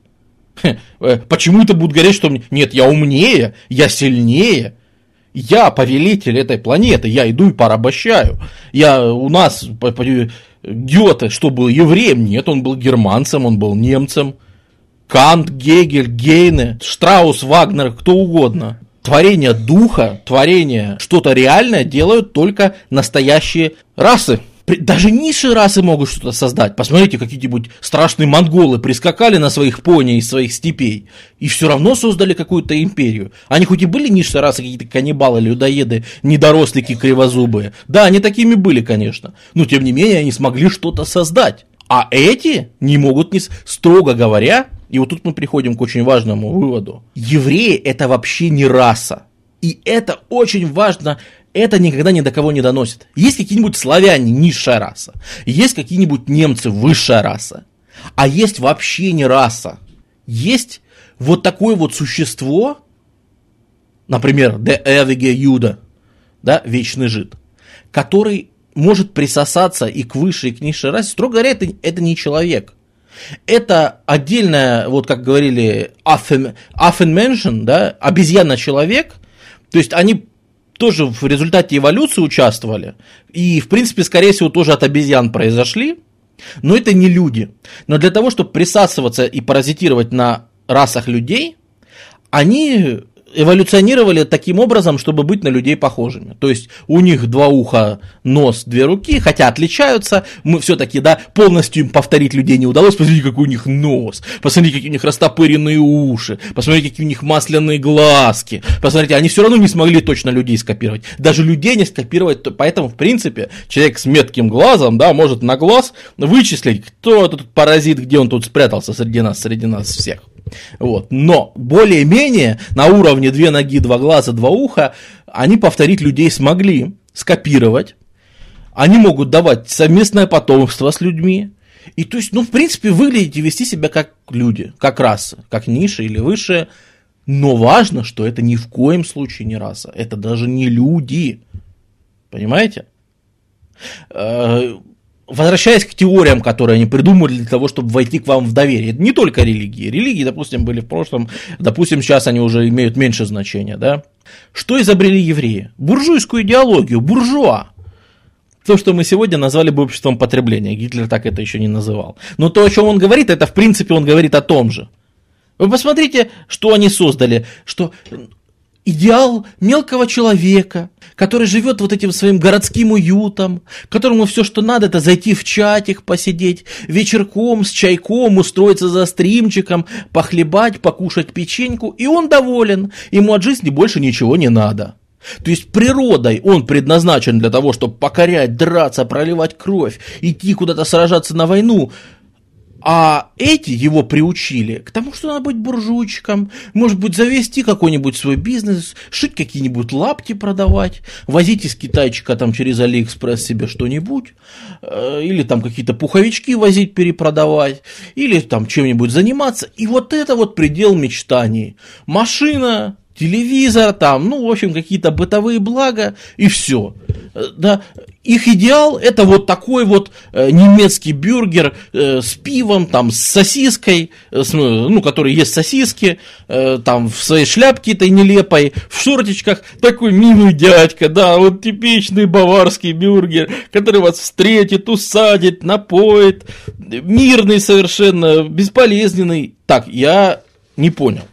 Почему это будут говорить, что нет, я умнее, я сильнее, я повелитель этой планеты, я иду и порабощаю. Я у нас Гёте, что был евреем? Нет, он был германцем, он был немцем. Кант, Гегель, Гейне, Штраус, Вагнер, кто угодно. Творение духа, творение что-то реальное делают только настоящие расы. Даже низшие расы могут что-то создать. Посмотрите, какие-нибудь страшные монголы прискакали на своих пони из своих степей и все равно создали какую-то империю. Они хоть и были низшие расы, какие-то каннибалы, людоеды, недорослики, кривозубые. Да, они такими были, конечно. Но тем не менее они смогли что-то создать. А эти не могут, не... строго говоря, и вот тут мы приходим к очень важному выводу. Евреи это вообще не раса. И это очень важно. Это никогда ни до кого не доносит. Есть какие-нибудь славяне, низшая раса. Есть какие-нибудь немцы, высшая раса. А есть вообще не раса. Есть вот такое вот существо, например, der ewige Jude, да, вечный жид, который может присосаться и к высшей, и к низшей расе. Строго говоря, это, это не человек. Это отдельная, вот как говорили, Affenmenschen, да, обезьяна-человек. То есть они тоже в результате эволюции участвовали, и, в принципе, скорее всего, тоже от обезьян произошли, но это не люди. Но для того, чтобы присасываться и паразитировать на расах людей, они эволюционировали таким образом, чтобы быть на людей похожими. То есть у них два уха, нос, две руки, хотя отличаются, мы все-таки, да, полностью им повторить людей не удалось. Посмотрите, какой у них нос, посмотрите, какие у них растопыренные уши, посмотрите, какие у них масляные глазки, посмотрите, они все равно не смогли точно людей скопировать, даже людей не скопировать, поэтому, в принципе, человек с метким глазом, да, может на глаз вычислить, кто этот паразит, где он тут спрятался среди нас, среди нас всех. Вот. Но более-менее на уровне две ноги, два глаза, два уха они повторить людей смогли, скопировать. Они могут давать совместное потомство с людьми. И то есть, ну, в принципе, выглядеть и вести себя как люди, как раса, как низшие или высшие. Но важно, что это ни в коем случае не раса. Это даже не люди. Понимаете? Возвращаясь к теориям, которые они придумали для того, чтобы войти к вам в доверие. Это не только религии. Религии, допустим, были в прошлом, допустим, сейчас они уже имеют меньше значения, да? Что изобрели евреи? Буржуйскую идеологию, буржуа. То, что мы сегодня назвали бы обществом потребления. Гитлер так это еще не называл. Но то, о чем он говорит, это, в принципе, он говорит о том же. Вы посмотрите, что они создали, что... Идеал мелкого человека, который живет вот этим своим городским уютом, которому все, что надо, это зайти в чатик, посидеть вечерком с чайком, устроиться за стримчиком, похлебать, покушать печеньку, и он доволен, ему от жизни больше ничего не надо. То есть природой он предназначен для того, чтобы покорять, драться, проливать кровь, идти куда-то сражаться на войну. А эти его приучили к тому, что надо быть буржуйчиком, может быть, завести какой-нибудь свой бизнес, шить какие-нибудь лапти продавать, возить из Китайчика там через Алиэкспресс себе что-нибудь, или там какие-то пуховички возить, перепродавать, или там чем-нибудь заниматься. И вот это вот предел мечтаний. Машина, телевизор, там, ну, в общем, какие-то бытовые блага, и все. Да. Их идеал это вот такой вот э, немецкий бюргер э, с пивом, там, с сосиской, э, с, ну, который ест сосиски, э, там, в своей шляпке этой нелепой, в шортичках, такой милый дядька, да, вот типичный баварский бюргер, который вас встретит, усадит, напоит, мирный совершенно, бесполезный. Так, я не понял.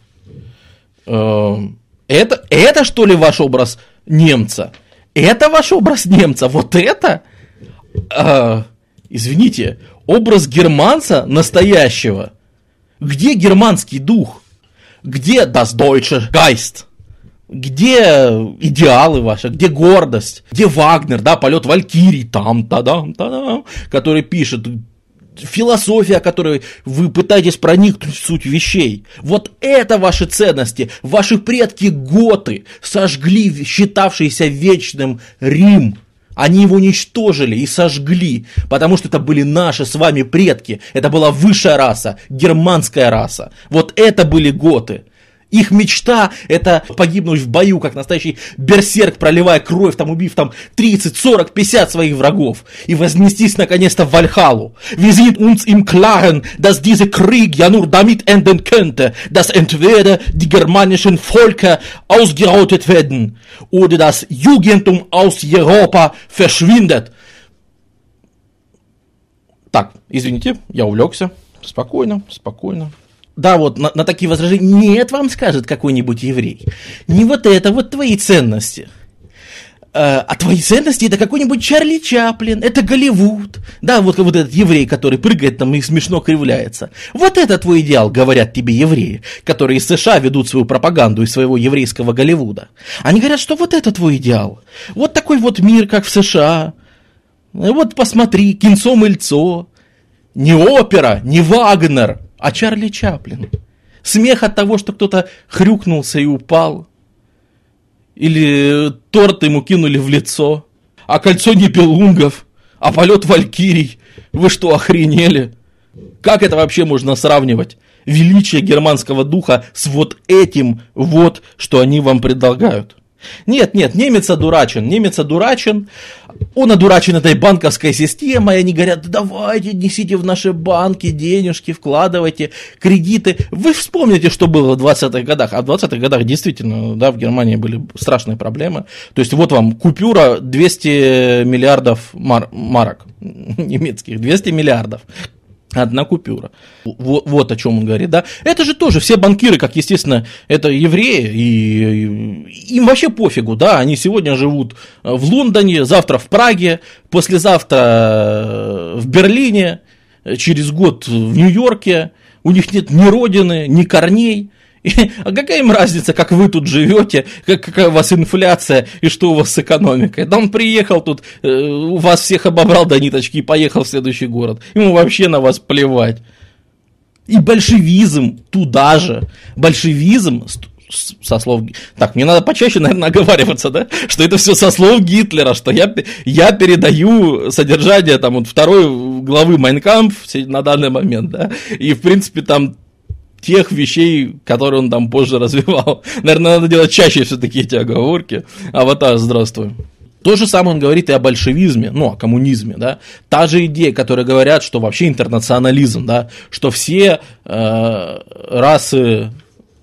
Э, это, это что ли ваш образ немца? Это ваш образ немца? Вот это? А, извините, образ германца настоящего. Где германский дух? Где das deutsche Geist? Где идеалы ваши? Где гордость? Где Вагнер, да, полет Валькирий, там, та-дам, та-дам, который пишет... Философия, которой вы пытаетесь проникнуть в суть вещей. Вот это ваши ценности. Ваши предки готы сожгли считавшийся вечным Рим. Они его уничтожили и сожгли, потому что это были наши с вами предки. Это была высшая раса, германская раса. Вот это были готы. Их мечта – это погибнуть в бою, как настоящий берсерк, проливая кровь, там, убив там тридцать, сорок, пятьдесят своих врагов, и вознестись наконец-то в Вальхалу. Wir sind uns im Klaren, dass dieser Krieg ja nur damit enden könnte, dass entweder die germanischen Völker ausgerottet werden, oder das Judentum aus Europa verschwindet. Так, извините, я увлекся. Спокойно, спокойно. да, вот на, на такие возражения, нет, вам скажет какой-нибудь еврей, не вот это, вот твои ценности. А твои ценности это какой-нибудь Чарли Чаплин, это Голливуд, да, вот, вот этот еврей, который прыгает там и смешно кривляется. Вот это твой идеал, говорят тебе евреи, которые из США ведут свою пропаганду из своего еврейского Голливуда. Они говорят, что вот это твой идеал, вот такой вот мир, как в США. Вот посмотри, кинцо мыльцо, не опера, не Вагнер, а Чарли Чаплин. Смех от того, что кто-то хрюкнулся и упал. Или торт ему кинули в лицо. А кольцо Нибелунгов. А полет Валькирий. Вы что, охренели? Как это вообще можно сравнивать? Величие германского духа с вот этим вот, что они вам предлагают. Нет, нет, немец одурачен, немец одурачен, он одурачен этой банковской системой, они говорят, давайте, несите в наши банки денежки, вкладывайте, кредиты. Вы вспомните, что было в двадцатых годах, а в двадцатых годах действительно, да, в Германии были страшные проблемы. То есть вот вам купюра двести миллиардов мар- марок немецких, двести миллиардов. Одна купюра. Вот, вот о чем он говорит, да. Это же тоже все банкиры, как естественно, это евреи, и, и им вообще пофигу, да. Они сегодня живут в Лондоне, завтра в Праге, послезавтра в Берлине, через год в Нью-Йорке. У них нет ни родины, ни корней. И, а какая им разница, как вы тут живете, как, какая у вас инфляция и что у вас с экономикой? Да он приехал тут, э, у вас всех обобрал до ниточки и поехал в следующий город. Ему вообще на вас плевать. И большевизм туда же. Большевизм со слов... Так, мне надо почаще, наверное, оговариваться, да? Что это все со слов Гитлера, что я, я передаю содержание там, вот, второй главы Mein Kampf на данный момент, да? И, в принципе, там тех вещей, которые он там позже развивал. Наверное, надо делать чаще все-таки эти оговорки. Аватар, здравствуй. То же самое он говорит и о большевизме, ну, о коммунизме, да. Та же идея, которая говорят, что вообще интернационализм, да, что все э, расы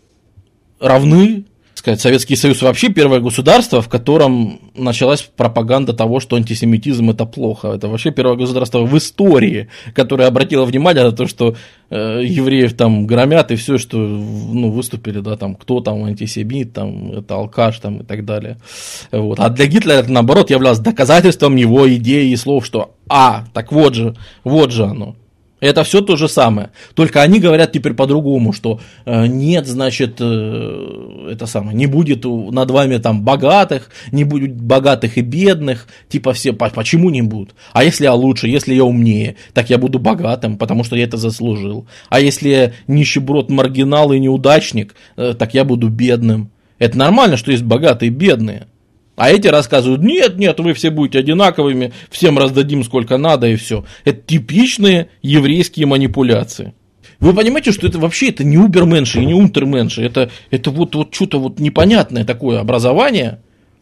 равны. Сказать, Советский Союз вообще первое государство, в котором началась пропаганда того, что антисемитизм это плохо. Это вообще первое государство в истории, которое обратило внимание на то, что э, евреев там громят и все, что ну, выступили, да, там, кто там антисемит, там, это алкаш там, и так далее. Вот. А для Гитлера это, наоборот, являлось доказательством его идеи и слов, что а, так вот же, вот же оно. Это все то же самое. Только они говорят теперь по-другому, что э, нет, значит, э, это самое, не будет над вами там богатых, не будет богатых и бедных, типа все, почему не будут? А если я лучше, если я умнее, так я буду богатым, потому что я это заслужил. А если я нищеброд, маргинал и неудачник, э, так я буду бедным. Это нормально, что есть богатые и бедные. А эти рассказывают, нет, нет, вы все будете одинаковыми, всем раздадим сколько надо и все. Это типичные еврейские манипуляции. Вы понимаете, что это вообще это не уберменши и не унтерменши, это, это вот, вот что-то вот непонятное такое образование,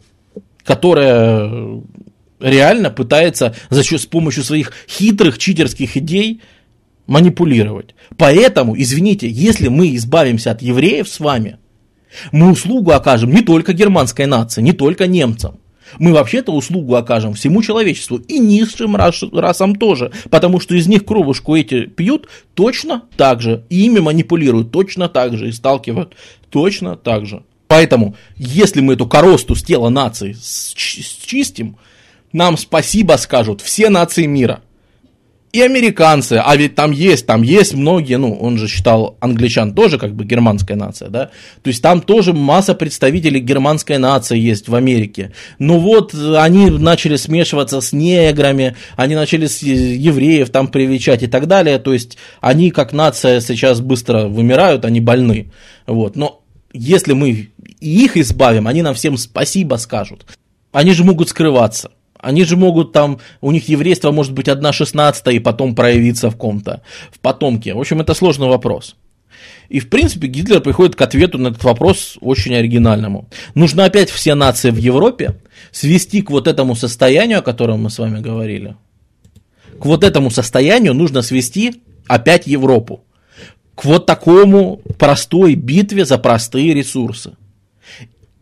которое реально пытается за счет, с помощью своих хитрых читерских идей манипулировать. Поэтому, извините, если мы избавимся от евреев с вами, мы услугу окажем не только германской нации, не только немцам. Мы вообще-то услугу окажем всему человечеству и низшим рас, расам тоже, потому что из них кровушку эти пьют точно так же, и ими манипулируют точно так же, и сталкивают точно так же. Поэтому, если мы эту коросту с тела нации счистим, нам спасибо скажут все нации мира. И американцы, а ведь там есть, там есть многие, ну, он же считал англичан тоже как бы германская нация, да, то есть там тоже масса представителей германской нации есть в Америке, но вот они начали смешиваться с неграми, они начали с евреев там привечать и так далее, то есть они как нация сейчас быстро вымирают, они больны, вот, но если мы их избавим, они нам всем спасибо скажут, они же могут скрываться. Они же могут там, у них еврейство может быть одна шестнадцатая и потом проявиться в ком-то, в потомке. В общем, это сложный вопрос. И, в принципе, Гитлер приходит к ответу на этот вопрос очень оригинальному. Нужно опять все нации в Европе свести к вот этому состоянию, о котором мы с вами говорили. К вот этому состоянию нужно свести опять Европу. К вот такому простой битве за простые ресурсы.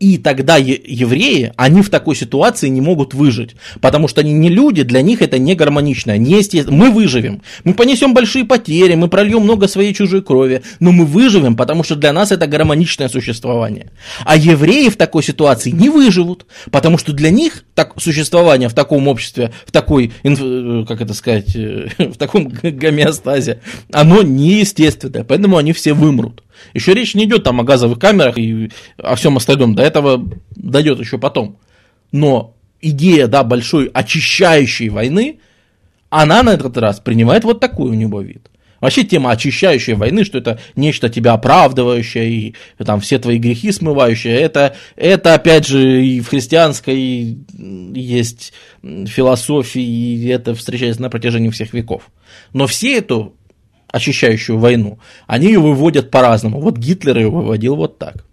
И тогда евреи, они в такой ситуации не могут выжить, потому что они не люди, для них это не гармонично, не естественно. Мы выживем, мы понесем большие потери, мы прольем много своей чужой крови, но мы выживем, потому что для нас это гармоничное существование. А евреи в такой ситуации не выживут, потому что для них так, существование в таком обществе, в такой, как это сказать, в таком гомеостазе, оно неестественное, поэтому они все вымрут. Еще речь не идет там о газовых камерах и о всем остальном, до этого дойдет еще потом. Но идея, да, большой очищающей войны, она на этот раз принимает вот такой у него вид. Вообще тема очищающей войны, что это нечто тебя оправдывающее и там все твои грехи смывающее, это, это опять же и в христианской есть философии, и это встречается на протяжении всех веков. Но все эту очищающую войну, они ее выводят по-разному. Вот Гитлер ее выводил вот так.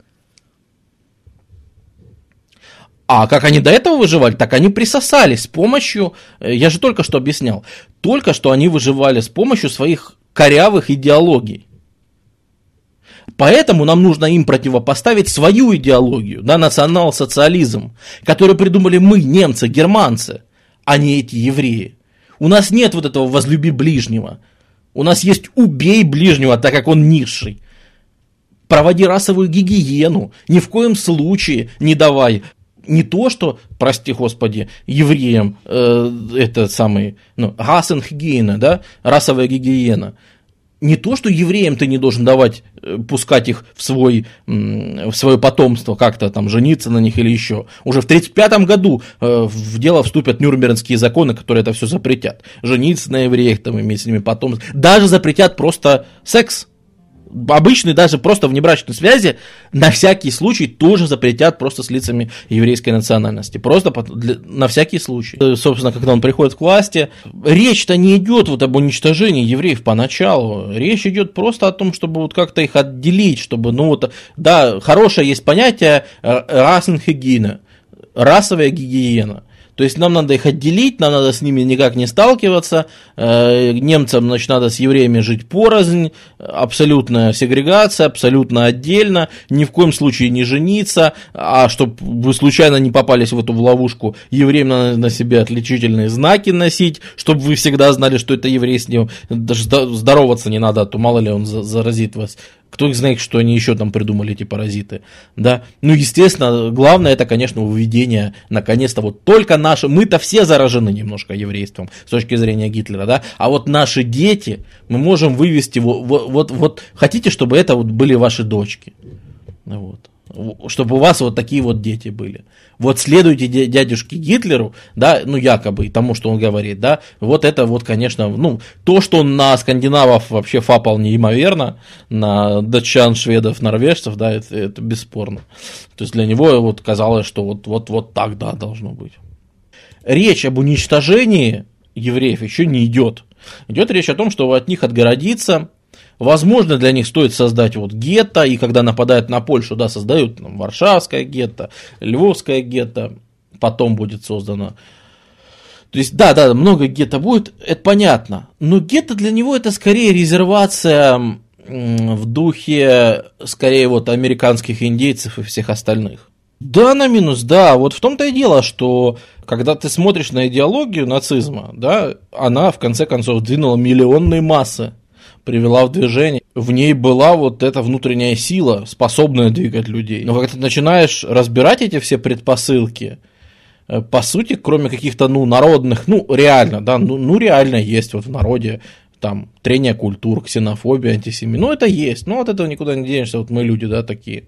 А как они до этого выживали, так они присосались с помощью, я же только что объяснял, только что они выживали с помощью своих корявых идеологий. Поэтому нам нужно им противопоставить свою идеологию, да, национал-социализм, который придумали мы, немцы, германцы, а не эти евреи. У нас нет вот этого «возлюби ближнего». У нас есть «убей ближнего, так как он низший». Проводи расовую гигиену. Ни в коем случае не давай. Не то, что, прости господи, евреям, э, это самый, ну, Расенхигиена, да, расовая гигиена. Не то, что евреям ты не должен давать, пускать их в, свой, в свое потомство, как-то там жениться на них или еще. Уже в тридцать пятом году э, в дело вступят нюрнбергские законы, которые это все запретят. Жениться на евреях, там, иметь с ними потомство. Даже запретят просто секс. Обычный, даже просто внебрачной связи, на всякий случай тоже запретят просто с лицами еврейской национальности. Просто для, на всякий случай. Собственно, когда он приходит к власти, речь-то не идет вот об уничтожении евреев поначалу. Речь идет просто о том, чтобы вот как-то их отделить, чтобы, ну вот, да, хорошее есть понятие Расенхигиена, расовая гигиена. То есть нам надо их отделить, нам надо с ними никак не сталкиваться, немцам, значит, надо с евреями жить порознь, абсолютная сегрегация, абсолютно отдельно, ни в коем случае не жениться, а чтобы вы случайно не попались в эту ловушку, евреям надо на себе отличительные знаки носить, чтобы вы всегда знали, что это еврей, с ним даже здороваться не надо, а то мало ли он заразит вас. Кто их знает, что они еще там придумали, эти паразиты, да. Ну, естественно, главное, это, конечно, выведение, наконец-то, вот только наши, мы-то все заражены немножко еврейством, с точки зрения Гитлера, да, а вот наши дети, мы можем вывести, вот, вот, вот хотите, чтобы это вот были ваши дочки, вот, чтобы у вас вот такие вот дети были. Вот следуйте дядюшке Гитлеру, да, ну, якобы, тому, что он говорит, да, вот это вот, конечно, ну, то, что он на скандинавов вообще фапал неимоверно, на датчан, шведов, норвежцев, да, это, это бесспорно. То есть для него вот казалось, что вот, вот, вот так, да, должно быть. Речь об уничтожении евреев еще не идет. Идет речь о том, что от них отгородиться. Возможно, для них стоит создать вот гетто, и когда нападают на Польшу, да, создают там, Варшавское гетто, Львовское гетто, потом будет создано. То есть, да, да, много гетто будет, это понятно, но гетто для него это скорее резервация в духе, скорее, вот американских индейцев и всех остальных. Да, на минус, да, вот в том-то и дело, что когда ты смотришь на идеологию нацизма, да, она в конце концов двинула миллионные массы, привела в движение, в ней была вот эта внутренняя сила, способная двигать людей. Но когда ты начинаешь разбирать эти все предпосылки, по сути, кроме каких-то, ну, народных, ну, реально, да, ну, ну реально есть вот в народе там трение культур, ксенофобия, антисемитизм, ну, это есть, но от этого никуда не денешься, вот мы люди, да, такие.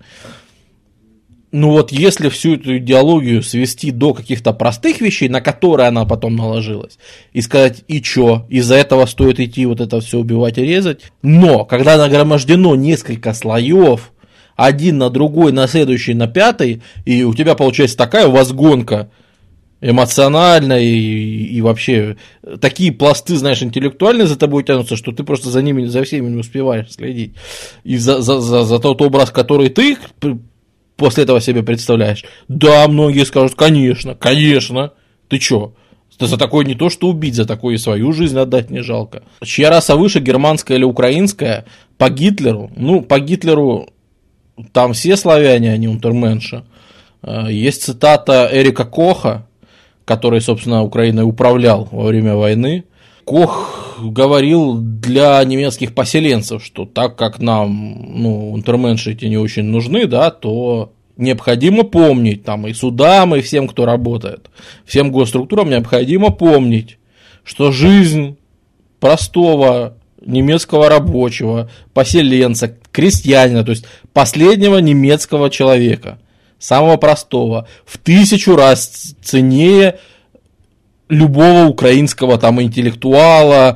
Ну вот если всю эту идеологию свести до каких-то простых вещей, на которые она потом наложилась, и сказать, и чё, из-за этого стоит идти вот это все убивать и резать. Но когда нагромождено несколько слоев, один на другой, на следующий, на пятый, и у тебя получается такая у вас гонка эмоциональная, и, и вообще такие пласты, знаешь, интеллектуальные за тобой тянутся, что ты просто за ними, за всеми не успеваешь следить. И за, за, за, за тот образ, который ты после этого себе представляешь. Да, многие скажут, конечно, конечно, ты чё? За такое не то, что убить, за такое и свою жизнь отдать не жалко. Чья раса выше, германская или украинская, по Гитлеру, ну, по Гитлеру там все славяне, они унтерменши. Есть цитата Эрика Коха, который, собственно, Украиной управлял во время войны. Кох говорил для немецких поселенцев, что так как нам, ну, унтерменши эти не очень нужны, да, то необходимо помнить, там, и судам, и всем, кто работает, всем госструктурам необходимо помнить, что жизнь простого немецкого рабочего, поселенца, крестьянина, то есть последнего немецкого человека, самого простого, в тысячу раз ценнее любого украинского там интеллектуала,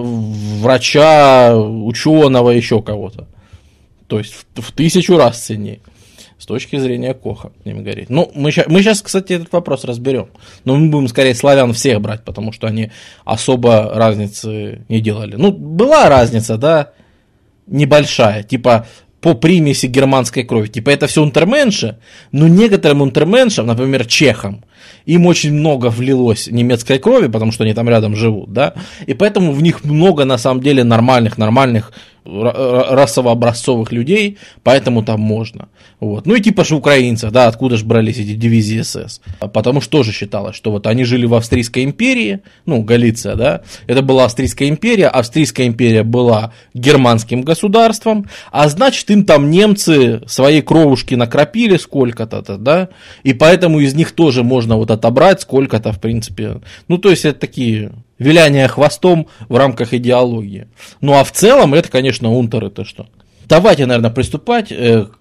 врача, ученого, еще кого-то. То есть в, в тысячу раз ценнее. С точки зрения Коха, будем говорить. Ну, мы сейчас, мы сейчас, кстати, этот вопрос разберем. Но мы будем скорее славян всех брать, потому что они особо разницы не делали. Ну, была разница, да, небольшая. Типа по примеси германской крови. Типа это все унтерменши, но некоторым унтерменшам, например, чехам, им очень много влилось немецкой крови, потому что они там рядом живут, да, и поэтому в них много, на самом деле, нормальных, нормальных расово-образцовых людей, поэтому там можно. Вот. Ну и типа же украинцев, да, откуда же брались эти дивизии СС? Потому что тоже считалось, что вот они жили в Австрийской империи, ну, Галиция, да, это была Австрийская империя, Австрийская империя была германским государством, а значит, им там немцы своей кровушки накропили сколько-то, да, и поэтому из них тоже можно вот отобрать сколько-то, в принципе. Ну, то есть, это такие виляния хвостом в рамках идеологии. Ну, а в целом, это, конечно, унтер, это что. Давайте, наверное, приступать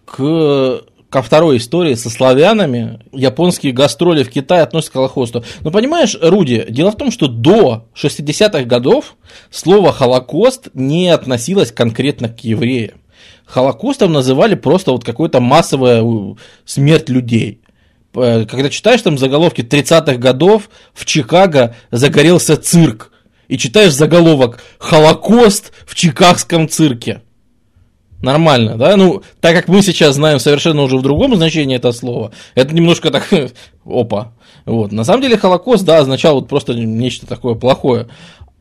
к, ко второй истории со славянами. Японские гастроли в Китае относятся к Холокосту. Но понимаешь, Руди, дело в том, что до шестидесятых годов слово «Холокост» не относилось конкретно к евреям. Холокостом называли просто вот какую-то массовую смерть людей. Когда читаешь там заголовки тридцатых годов, в Чикаго загорелся цирк, и читаешь заголовок «Холокост в чикагском цирке». Нормально, да? Ну, так как мы сейчас знаем совершенно уже в другом значении это слово, это немножко так, опа. Вот. На самом деле Холокост, да, означал вот просто нечто такое плохое.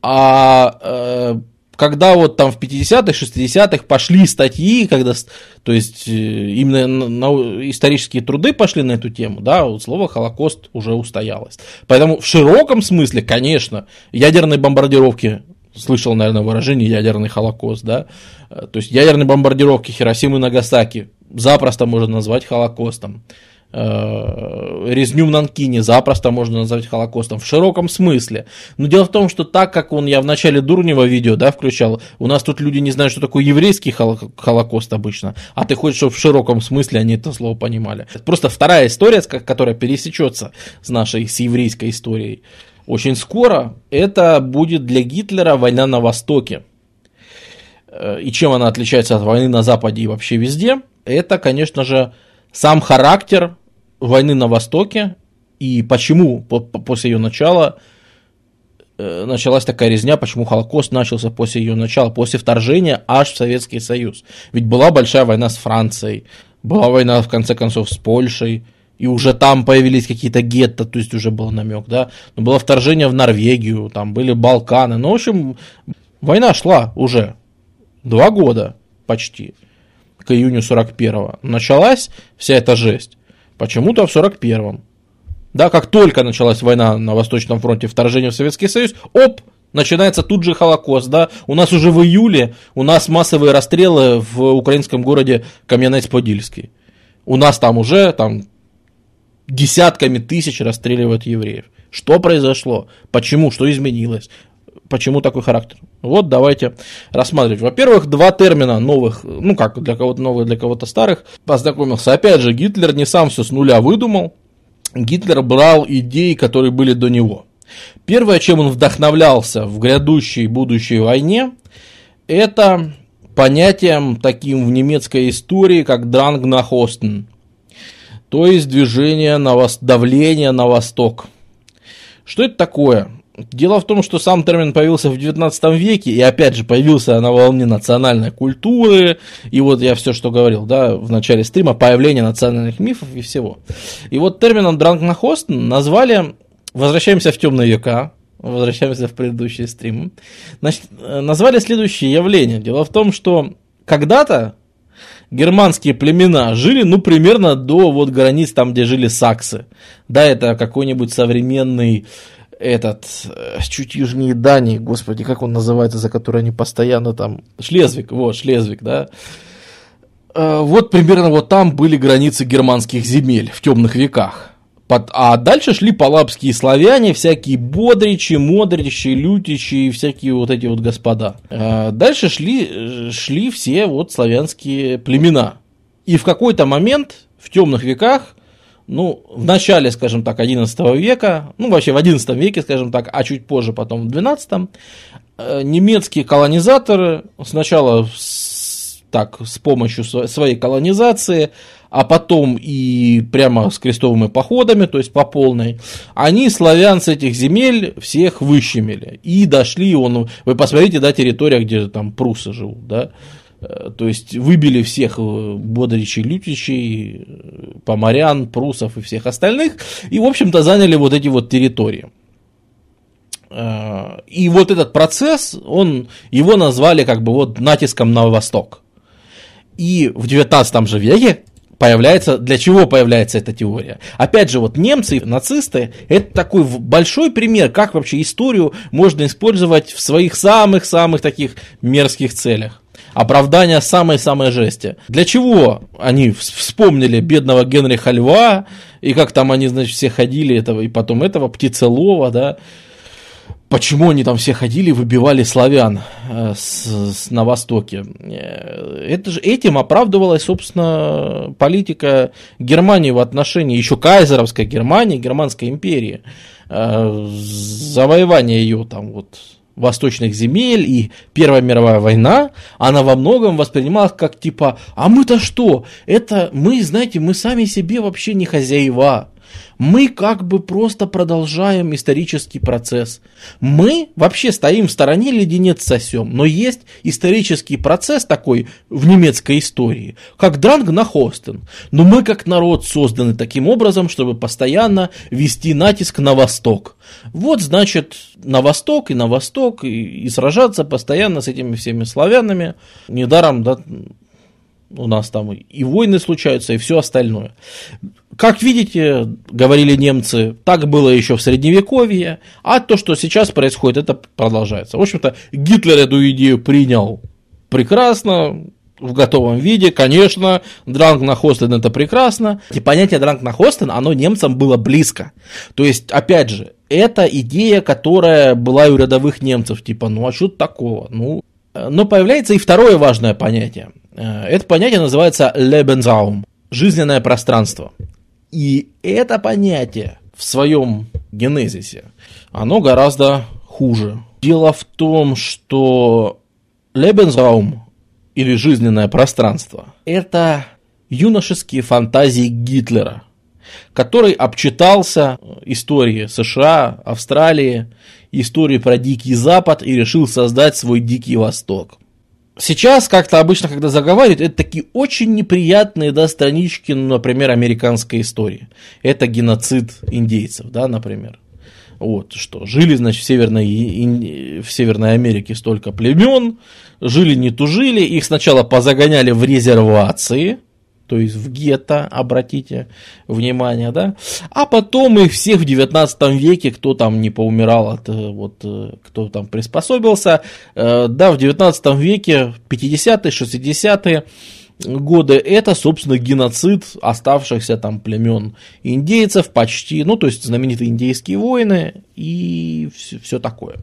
А э, когда вот там в пятидесятых, шестидесятых пошли статьи, когда, то есть именно на, на исторические труды пошли на эту тему, да, вот слово «Холокост» уже устоялось. Поэтому в широком смысле, конечно, ядерные бомбардировки, слышал, наверное, выражение «ядерный Холокост», да, то есть ядерные бомбардировки Хиросимы и Нагасаки запросто можно назвать Холокостом. Резню в Нанкине запросто можно назвать Холокостом в широком смысле. Но дело в том, что так как он, я в начале Дурнева видео, да, включал, у нас тут люди не знают, что такое еврейский Холокост обычно, а ты хочешь, чтобы в широком смысле они это слово понимали. Это просто вторая история, которая пересечется с нашей, с еврейской историей. Очень скоро это будет для Гитлера война на Востоке. И чем она отличается от войны на Западе и вообще везде? Это, конечно же, сам характер войны на Востоке и почему после ее начала началась такая резня, почему Холокост начался после ее начала, после вторжения аж в Советский Союз. Ведь была большая война с Францией, была война, в конце концов, с Польшей, и уже там появились какие-то гетто, то есть уже был намек, да, но было вторжение в Норвегию, там были Балканы, ну, в общем, война шла уже два года почти, к июню сорок первого. Началась вся эта жесть почему-то в сорок первом. Да, как только началась война на Восточном фронте, вторжение в Советский Союз, оп, начинается тут же Холокост, да, у нас уже в июле, у нас массовые расстрелы в украинском городе Кам'янець-Подільський. У нас там уже, там, десятками тысяч расстреливают евреев. Что произошло? Почему? Что изменилось? Почему такой характер? Вот давайте рассматривать. Во-первых, два термина новых, ну как, для кого-то новых, для кого-то старых, познакомился. Опять же, Гитлер не сам все с нуля выдумал. Гитлер брал идеи, которые были до него. Первое, чем он вдохновлялся в грядущей будущей войне, это понятием таким в немецкой истории, как «Drang nach Osten», то есть движение, на вос... давление на восток. Что это такое? Дело в том, что сам термин появился в девятнадцатом веке, и опять же появился на волне национальной культуры, и вот я все, что говорил, да, в начале стрима, появление национальных мифов и всего. И вот термином «Drang nach Osten» назвали, возвращаемся в темные века, возвращаемся в предыдущий стрим, значит, назвали следующее явление. Дело в том, что когда-то германские племена жили, ну, примерно до вот границ там, где жили саксы. Да, это какой-нибудь современный этот, чуть южнее Дании, господи, как он называется, за который они постоянно там, Шлезвиг, вот, Шлезвиг, да. Вот примерно вот там были границы германских земель в темных веках. А дальше шли палапские славяне, всякие бодричи, модричи, лютичи и всякие вот эти вот господа. Дальше шли, шли все вот славянские племена. И в какой-то момент в темных веках, ну, в начале, скажем так, одиннадцатого века, ну, вообще в одиннадцатом веке, скажем так, а чуть позже, потом в двенадцатом, немецкие колонизаторы сначала с, так, с помощью своей колонизации, а потом и прямо с крестовыми походами, то есть по полной, они славян с этих земель всех выщемили. И дошли, он, вы посмотрите, да, территория, где там прусы живут, да, то есть выбили всех бодричей, лютичей, поморян, прусов и всех остальных, и, в общем-то, заняли вот эти вот территории. И вот этот процесс, он, его назвали как бы вот натиском на восток. И в девятнадцатом же веке появляется, для чего появляется эта теория? Опять же, вот немцы, нацисты, это такой большой пример, как вообще историю можно использовать в своих самых-самых таких мерзких целях. Оправдание самой-самой жести. Для чего они вспомнили бедного Генриха Льва, и как там они, значит, все ходили, этого, и потом этого Птицелова, да? Почему они там все ходили и выбивали славян э, с, с, на Востоке? Это же, этим оправдывалась, собственно, политика Германии в отношении еще кайзеровской Германии, Германской империи. Э, завоевание ее там вот восточных земель и Первая мировая война, она во многом воспринималась как типа, а мы-то что? Это мы, знаете, мы сами себе вообще не хозяева. Мы как бы просто продолжаем исторический процесс. Мы вообще стоим в стороне, леденец сосем, но есть исторический процесс такой в немецкой истории, как Дрангнахостен. Но мы как народ созданы таким образом, чтобы постоянно вести натиск на восток. Вот, значит, на восток и на восток, и, и сражаться постоянно с этими всеми славянами. Недаром, да, у нас там и войны случаются, и все остальное. Как видите, говорили немцы, так было еще в Средневековье, а то, что сейчас происходит, это продолжается. В общем-то, Гитлер эту идею принял прекрасно, в готовом виде, конечно, Дрангнахостен это прекрасно. И понятие Дрангнахостен, оно немцам было близко. То есть, опять же, это идея, которая была и у рядовых немцев, типа, ну а что такого? Ну, но появляется и второе важное понятие. Это понятие называется Lebensraum, жизненное пространство. И это понятие в своем генезисе, оно гораздо хуже. Дело в том, что Lebensraum, или жизненное пространство, это юношеские фантазии Гитлера, который обчитался истории США, Австралии, истории про Дикий Запад и решил создать свой Дикий Восток. Сейчас, как-то обычно, когда заговаривают, это такие очень неприятные, да, странички, ну, например, американской истории. Это геноцид индейцев, да, например. Вот, что жили, значит, в Северной, в Северной Америке столько племен, жили не тужили, их сначала позагоняли в резервации, то есть в гетто, обратите внимание, да, а потом их всех в девятнадцатом веке, кто там не поумирал, от, вот, кто там приспособился, да, в девятнадцатом веке, пятидесятые, шестидесятые годы, это, собственно, геноцид оставшихся там племен индейцев почти, ну, то есть знаменитые индейские войны и все, все такое.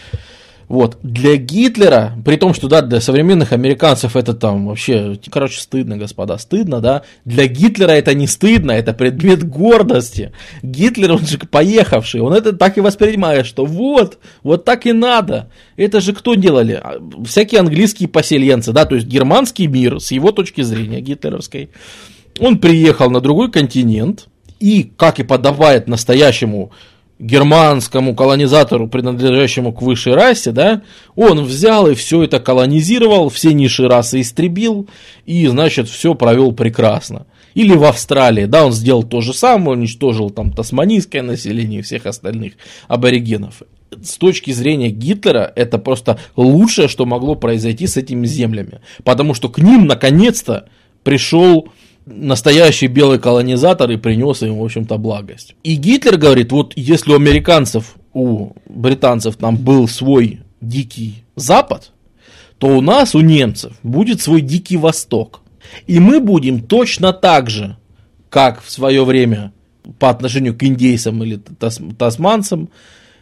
Вот, для Гитлера, при том, что, да, для современных американцев это там вообще, короче, стыдно, господа, стыдно, да, для Гитлера это не стыдно, это предмет гордости. Гитлер, он же поехавший, он это так и воспринимает, что вот, вот так и надо. Это же кто делали? Всякие английские поселенцы, да, то есть германский мир, с его точки зрения гитлеровской, он приехал на другой континент, и, как и подобает настоящему германскому колонизатору, принадлежащему к высшей расе, да, он взял и все это колонизировал, все низшие расы истребил, и, значит, все провел прекрасно. Или в Австралии, да, он сделал то же самое, уничтожил там тасманийское население и всех остальных аборигенов. С точки зрения Гитлера, это просто лучшее, что могло произойти с этими землями, потому что к ним, наконец-то, пришел настоящий белый колонизатор и принес им, в общем-то, благость. И Гитлер говорит, вот если у американцев, у британцев там был свой дикий Запад, то у нас, у немцев, будет свой дикий Восток. И мы будем точно так же, как в свое время по отношению к индейцам или тас- тасманцам,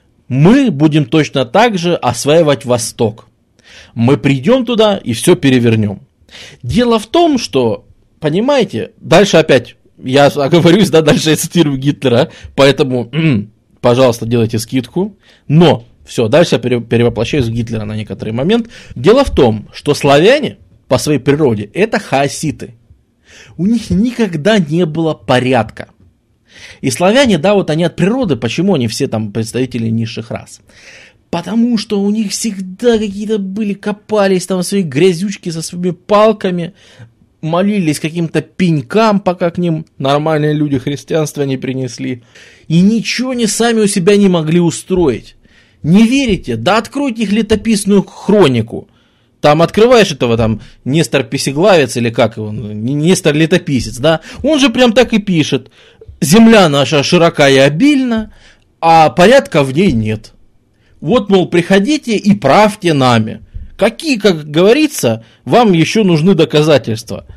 мы будем точно так же осваивать Восток. Мы придем туда и все перевернем. Дело в том, что, понимаете, дальше опять, я оговорюсь, да, дальше я цитирую Гитлера, поэтому, м-м, пожалуйста, делайте скидку, но, все, дальше я перевоплощаюсь в Гитлера на некоторый момент. Дело в том, что славяне по своей природе это хаоситы. У них никогда не было порядка. И славяне, да, вот они от природы, почему они все там представители низших рас? Потому что у них всегда какие-то были, копались там в свои грязючки со своими палками, молились каким-то пенькам, пока к ним нормальные люди христианства не принесли. И ничего они сами у себя не могли устроить. Не верите? Да откройте их летописную хронику. Там открываешь этого там Нестор Песеглавец или как его, Нестор Летописец, да? Он же прям так и пишет. Земля наша широка и обильна, а порядка в ней нет. Вот, мол, приходите и правьте нами. Какие, как говорится, вам еще нужны доказательства,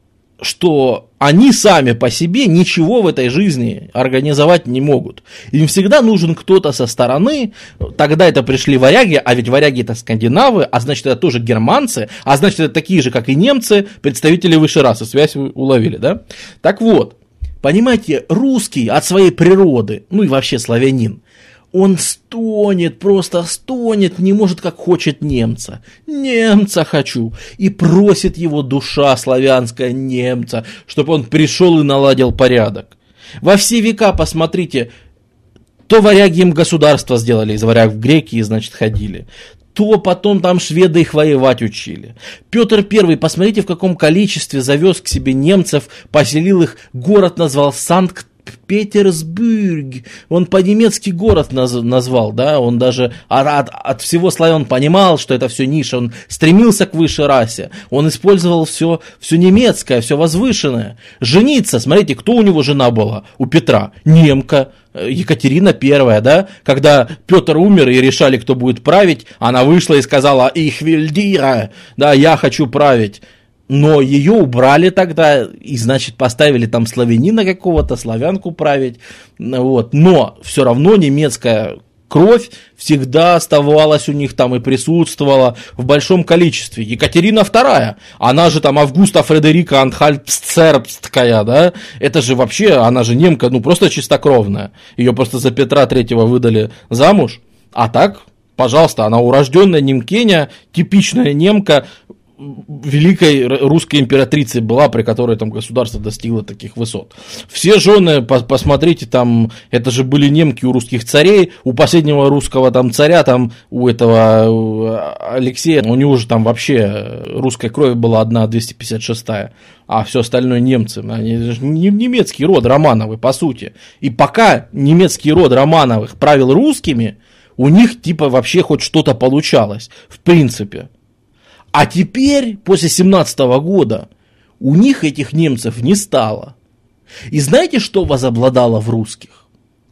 что они сами по себе ничего в этой жизни организовать не могут. Им всегда нужен кто-то со стороны. Тогда это пришли варяги, а ведь варяги это скандинавы, а значит это тоже германцы, а значит это такие же, как и немцы, представители высшей расы. Связь вы уловили, да? Так вот, понимаете, русский от своей природы, ну и вообще славянин, он стонет, просто стонет, не может, как хочет немца. Немца хочу. И просит его душа славянская немца, чтобы он пришел и наладил порядок. Во все века, посмотрите, то варяги им государство сделали, из варяг в греки, значит, ходили. То потом там шведы их воевать учили. Петр Первый, посмотрите, в каком количестве завез к себе немцев, поселил их, город назвал Санкт Петербург, он по-немецки город наз- назвал, да, он даже от, от, от всего славян понимал, что это все ниша, он стремился к высшей расе, он использовал все, все немецкое, все возвышенное. Жениться, смотрите, кто у него жена была? У Петра, немка, Екатерина Первая, да, когда Петр умер и решали, кто будет править, она вышла и сказала: «Ich will dire», да, я хочу править. Но ее убрали тогда, и, значит, поставили там славянина какого-то, славянку править. Вот. Но все равно немецкая кровь всегда оставалась у них там и присутствовала в большом количестве. Екатерина Вторая, она же там Августа Фредерика Анхальтсцербская, да, это же вообще, она же немка, ну просто чистокровная. Ее просто за Петра Третьего выдали замуж, а так, пожалуйста, она урожденная немкеня, типичная немка, великой русской императрицей была, при которой там государство достигло таких высот. Все жены, посмотрите, там, это же были немки у русских царей, у последнего русского там царя, там, у этого Алексея, у него же там вообще русской крови была одна двести пятьдесят шестая, а все остальное немцы, они же немецкий род Романовы, по сути. И пока немецкий род Романовых правил русскими, у них типа вообще хоть что-то получалось, в принципе. А теперь, после семнадцатого года, у них этих немцев не стало. И знаете, что возобладало в русских?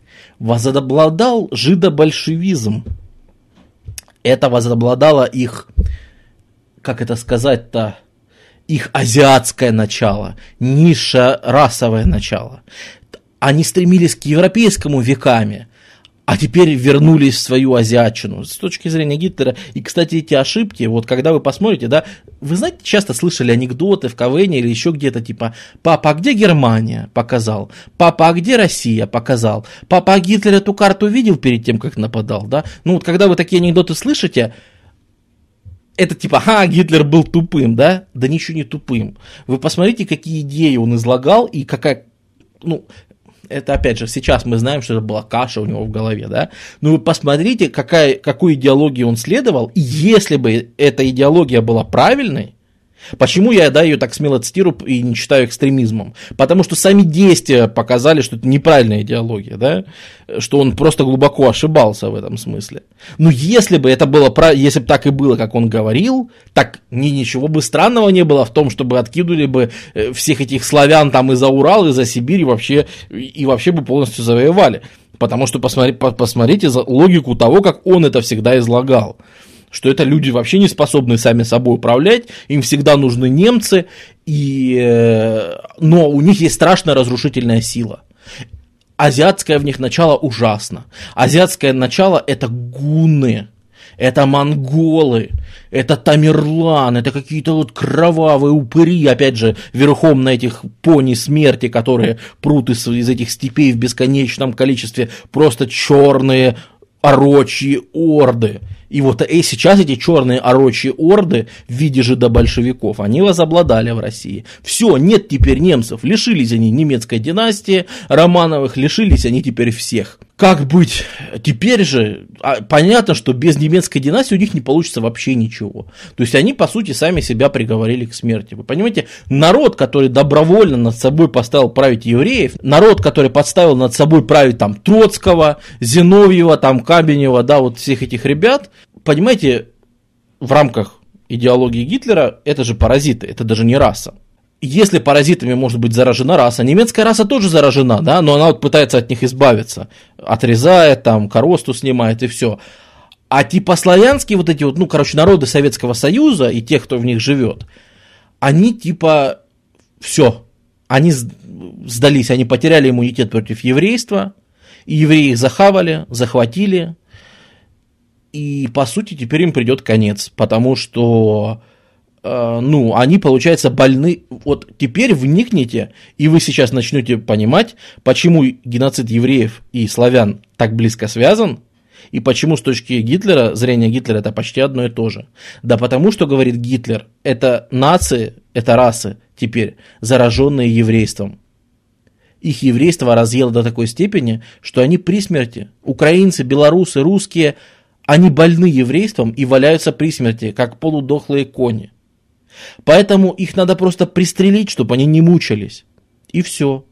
Возобладал жидобольшевизм. Это возобладало их, как это сказать-то, их азиатское начало, низшее расовое начало. Они стремились к европейскому веками, а теперь вернулись в свою азиатчину. С точки зрения Гитлера. И, кстати, эти ошибки, вот когда вы посмотрите, да, вы знаете, часто слышали анекдоты в КВН или еще где-то, типа: «Папа, а где Германия?» Показал. «Папа, а где Россия?» Показал. «Папа, а Гитлер эту карту видел перед тем, как нападал?» Да? Ну, вот когда вы такие анекдоты слышите, это типа: «Ха, Гитлер был тупым», да? Да ничего не тупым. Вы посмотрите, какие идеи он излагал и какая, ну, это опять же, сейчас мы знаем, что это была каша у него в голове, да, но вы посмотрите, какая, какой идеологии он следовал, и если бы эта идеология была правильной, Почему я, да, ее так смело цитирую и не считаю экстремизмом? Потому что сами действия показали, что это неправильная идеология, да, что он просто глубоко ошибался в этом смысле. Но если бы это было, если бы так и было, как он говорил, так ни, ничего бы странного не было в том, чтобы откидывали бы всех этих славян там из-за Урала, из-за Сибири вообще, и вообще бы полностью завоевали. Потому что посмотри, посмотрите логику того, как он это всегда излагал. Что это люди вообще не способны сами собой управлять, им всегда нужны немцы, и, но у них есть страшная разрушительная сила. Азиатское в них начало ужасно. Азиатское начало – это гунны, это монголы, это Тамерлан, это какие-то вот кровавые упыри, опять же, верхом на этих пони смерти, которые прут из, из этих степей в бесконечном количестве, просто черные орочьи орды. И вот и сейчас эти черные орочьи орды в виде жидобольшевиков, они возобладали в России. Все, нет теперь немцев, лишились они немецкой династии Романовых, лишились они теперь всех. Как быть? Теперь же понятно, что без немецкой династии у них не получится вообще ничего. То есть они, по сути, сами себя приговорили к смерти. Вы понимаете, народ, который добровольно над собой поставил править евреев, народ, который подставил над собой править там Троцкого, Зиновьева, там Кабенева, да, вот всех этих ребят, понимаете, в рамках идеологии Гитлера это же паразиты, это даже не раса. Если паразитами может быть заражена раса, немецкая раса тоже заражена, да, но она вот пытается от них избавиться, отрезает, там, коросту снимает и все. А типа славянские вот эти вот, ну, короче, народы Советского Союза и тех, кто в них живет, они типа все, они сдались, они потеряли иммунитет против еврейства, и евреи их захавали, захватили, и по сути теперь им придет конец, потому что... ну, они, получается, больны. Вот теперь вникните, и вы сейчас начнете понимать, почему геноцид евреев и славян так близко связан, и почему с точки Гитлера, зрения Гитлера, это почти одно и то же. Да потому что, говорит Гитлер, это нации, это расы теперь, зараженные еврейством. Их еврейство разъело до такой степени, что они при смерти. Украинцы, белорусы, русские, они больны еврейством и валяются при смерти, как полудохлые кони. Поэтому их надо просто пристрелить, чтобы они не мучались. И все.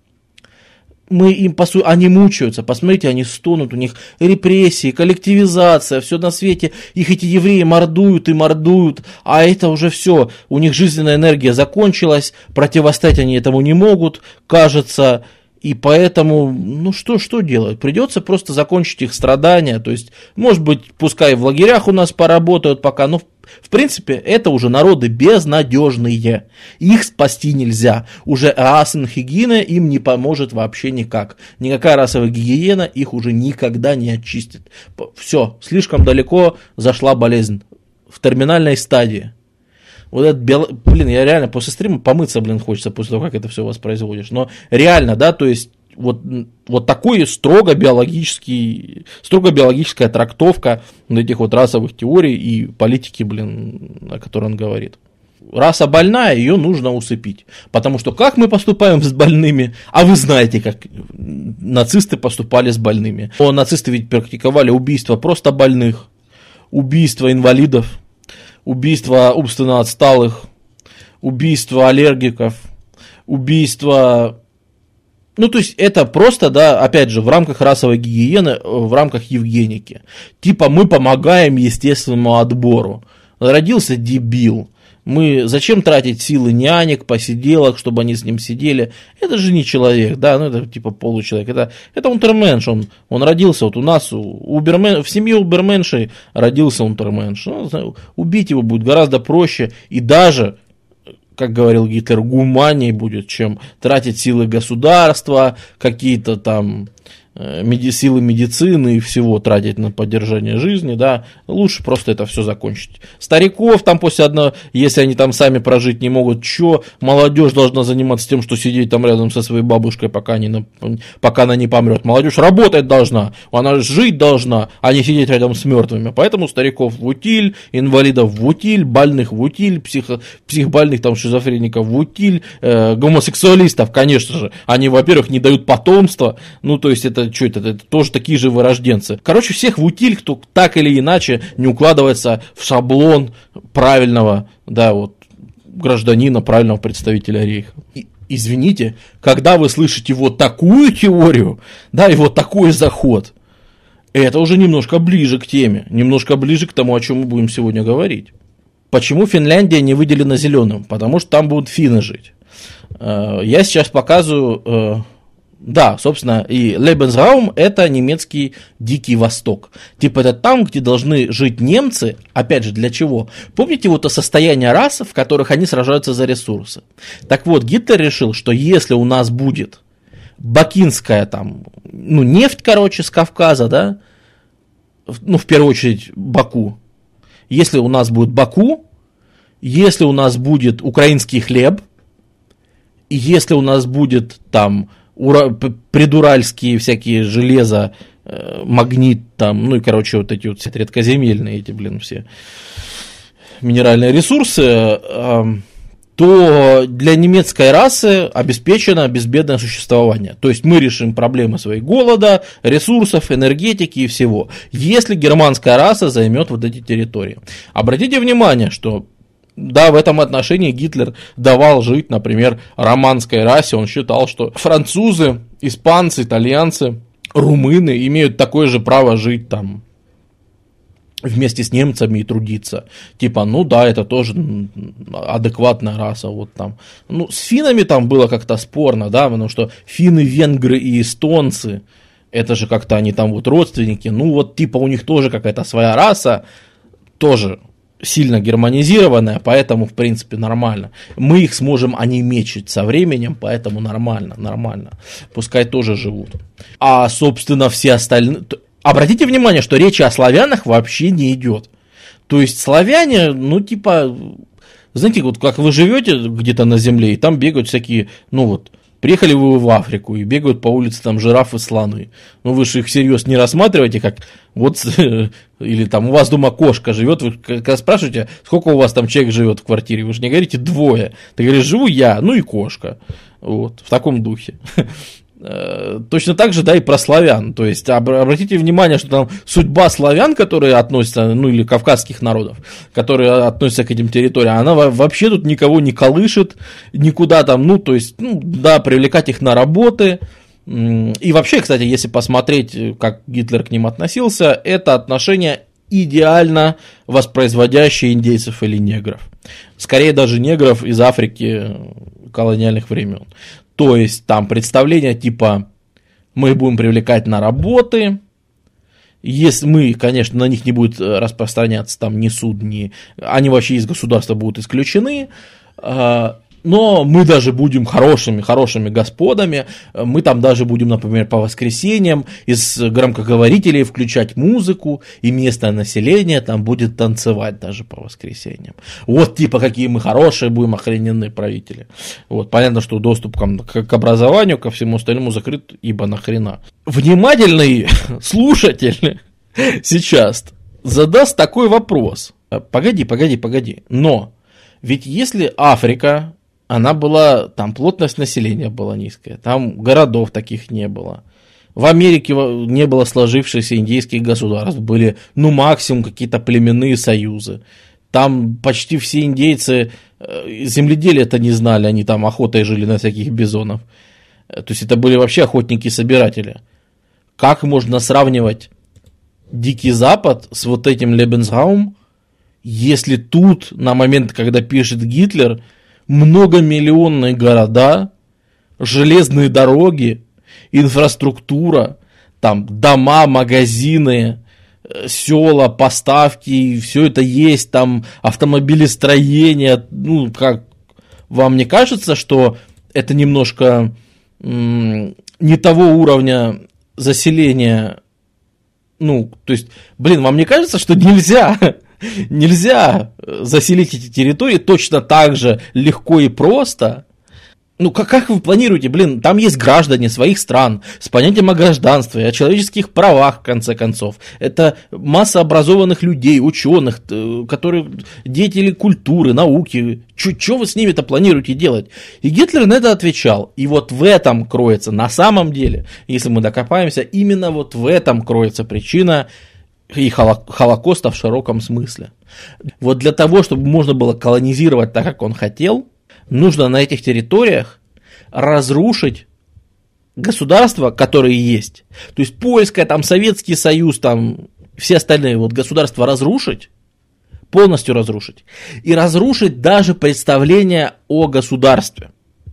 Мы им, по сути, они мучаются. Посмотрите, они стонут, у них репрессии, коллективизация, все на свете. Их эти евреи мордуют и мордуют. А это уже все. У них жизненная энергия закончилась. Противостоять они этому не могут, кажется. И поэтому, ну что, что делать? Придется просто закончить их страдания. То есть, может быть, пускай в лагерях у нас поработают пока, но в принципе это уже народы безнадежные. Их спасти нельзя. Уже расенхигиена им не поможет вообще никак. Никакая расовая гигиена их уже никогда не очистит. Все, слишком далеко зашла болезнь. В терминальной стадии. Вот это, бело... блин, я реально после стрима помыться, блин, хочется после того, как это все воспроизводишь. Но реально, да, то есть вот, вот такой строго биологический, строго биологическая трактовка вот этих вот расовых теорий и политики, блин, о которой он говорит. Раса больная, ее нужно усыпить. Потому что как мы поступаем с больными, а вы знаете, как нацисты поступали с больными. Но нацисты ведь практиковали убийство просто больных, убийство инвалидов, убийство умственно отсталых, убийство аллергиков, убийство... Ну, то есть, это просто, да, опять же, в рамках расовой гигиены, в рамках евгеники. Типа, мы помогаем естественному отбору. Родился дебил. Мы зачем тратить силы нянек, посиделок, чтобы они с ним сидели? Это же не человек, да, ну это типа получеловек. Это, это унтерменш, он, он родился вот у нас, у убермен, в семье уберменшей родился унтерменш. Ну, убить его будет гораздо проще и даже, как говорил Гитлер, гуманнее будет, чем тратить силы государства, какие-то там меди, силы медицины и всего тратить на поддержание жизни, да, лучше просто это все закончить. Стариков там после одного, если они там сами прожить не могут, что, молодежь должна заниматься тем, что сидеть там рядом со своей бабушкой, пока, не, пока она не помрет. Молодежь работать должна, она жить должна, а не сидеть рядом с мертвыми. Поэтому стариков в утиль, инвалидов в утиль, больных в утиль, психо, психбольных там шизофреников в утиль, э, гомосексуалистов, конечно же, они, во-первых, не дают потомства, ну, то есть это что это, это тоже такие же вырожденцы. Короче, всех в утиль, кто так или иначе не укладывается в шаблон правильного, да, вот, гражданина, правильного представителя рейха. И, извините, когда вы слышите вот такую теорию, да, и вот такой заход, это уже немножко ближе к теме, немножко ближе к тому, о чем мы будем сегодня говорить. Почему Финляндия не выделена зеленым? Потому что там будут финны жить. Я сейчас показываю, да, собственно, и Lebensraum — это немецкий Дикий Восток. Типа это там, где должны жить немцы, опять же, для чего? Помните вот то состояние рас, в которых они сражаются за ресурсы? Так вот, Гитлер решил, что если у нас будет бакинская там, ну, нефть, короче, с Кавказа, да, ну, в первую очередь, Баку, если у нас будет Баку, если у нас будет украинский хлеб, и если у нас будет там ура- предуральские всякие железо, э, магнит там, ну и, короче, вот эти вот все редкоземельные эти, блин, все минеральные ресурсы, э, то для немецкой расы обеспечено безбедное существование. То есть мы решим проблемы своей голода, ресурсов, энергетики и всего, если германская раса займет вот эти территории. Обратите внимание, что да, в этом отношении Гитлер давал жить, например, романской расе. Он считал, что французы, испанцы, итальянцы, румыны имеют такое же право жить там вместе с немцами и трудиться. Типа, ну да, это тоже адекватная раса. Вот там. Ну, с финнами там было как-то спорно, да, потому что финны, венгры и эстонцы, это же как-то они там вот родственники. Ну вот типа у них тоже какая-то своя раса, тоже сильно германизированная, поэтому, в принципе, нормально. Мы их сможем анимечить со временем, поэтому нормально, нормально. Пускай тоже живут. А, собственно, все остальные... Обратите внимание, что речи о славянах вообще не идет. То есть славяне, ну, типа, знаете, вот как вы живете где-то на земле, и там бегают всякие, ну вот, приехали вы в Африку и бегают по улице там жирафы, слоны. Ну вы же их всерьез не рассматриваете, как вот, или там у вас дома кошка живет, вы когда спрашиваете, сколько у вас там человек живет в квартире, вы же не говорите двое. Ты говоришь, живу я, ну и кошка. Вот, в таком духе. Точно так же, да, и про славян. То есть, обратите внимание, что там судьба славян, которые относятся, ну, или кавказских народов, которые относятся к этим территориям, она вообще тут никого не колышет, никуда там, ну, то есть, ну, да, привлекать их на работы. И вообще, кстати, если посмотреть, как Гитлер к ним относился, это отношение идеально воспроизводящее индейцев или негров. Скорее даже негров из Африки колониальных времен. То есть там представление типа мы будем привлекать на работы, если мы, конечно, на них не будет распространяться там ни суд, ни... Они вообще из государства будут исключены, но мы даже будем хорошими, хорошими господами, мы там даже будем, например, по воскресеньям из громкоговорителей включать музыку, и местное население там будет танцевать даже по воскресеньям. Вот типа какие мы хорошие будем, охрененные правители. Вот, понятно, что доступ к, к образованию, ко всему остальному закрыт, ибо нахрена. Внимательный слушатель сейчас задаст такой вопрос. Погоди, погоди, погоди, но ведь если Африка... Она была, там плотность населения была низкая, там городов таких не было. В Америке не было сложившихся индейских государств, были, ну, максимум какие-то племенные союзы. Там почти все индейцы земледелия-то не знали, они там охотой жили на всяких бизонов. То есть это были вообще охотники-собиратели. Как можно сравнивать Дикий Запад с вот этим Lebensraum, если тут, на момент, когда пишет Гитлер, многомиллионные города, железные дороги, инфраструктура, там дома, магазины, села, поставки, все это есть, там автомобилестроение. Ну, как вам не кажется, что это немножко м- не того уровня заселения? Ну, то есть, блин, вам не кажется, что нельзя... Нельзя заселить эти территории точно так же легко и просто. Ну, как, как вы планируете, блин, там есть граждане своих стран с понятием о гражданстве, о человеческих правах, в конце концов. Это масса образованных людей, ученых, которые деятели культуры, науки. Что вы с ними-то планируете делать? И Гитлер на это отвечал. И вот в этом кроется, на самом деле, если мы докопаемся, именно вот в этом кроется причина и Холокоста в широком смысле. Вот для того, чтобы можно было колонизировать так, как он хотел, нужно на этих территориях разрушить государства, которые есть. То есть польское, там, Советский Союз, там, все остальные вот государства разрушить, полностью разрушить. И разрушить даже представление о государстве.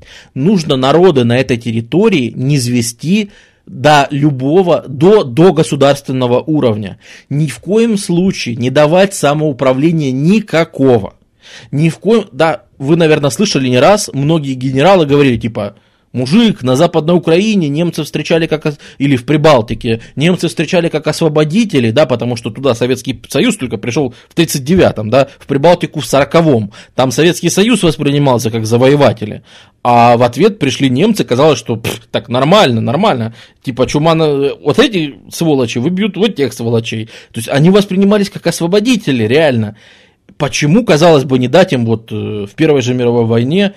Нужно народы на этой территории низвести до любого, до, до государственного уровня. Ни в коем случае не давать самоуправления никакого. Ни в коем... Да, вы, наверное, слышали не раз, многие генералы говорили, типа, мужик, на Западной Украине немцы встречали как... Или в Прибалтике немцы встречали как освободители, да, потому что туда Советский Союз только пришел в тридцать девятом, да, в Прибалтику в сороковом. Там Советский Союз воспринимался как завоеватели. А в ответ пришли немцы, казалось, что пф, так нормально, нормально. Типа, чумана, вот эти сволочи выбьют вот тех сволочей. То есть они воспринимались как освободители, реально. Почему, казалось бы, не дать им вот в Первой же мировой войне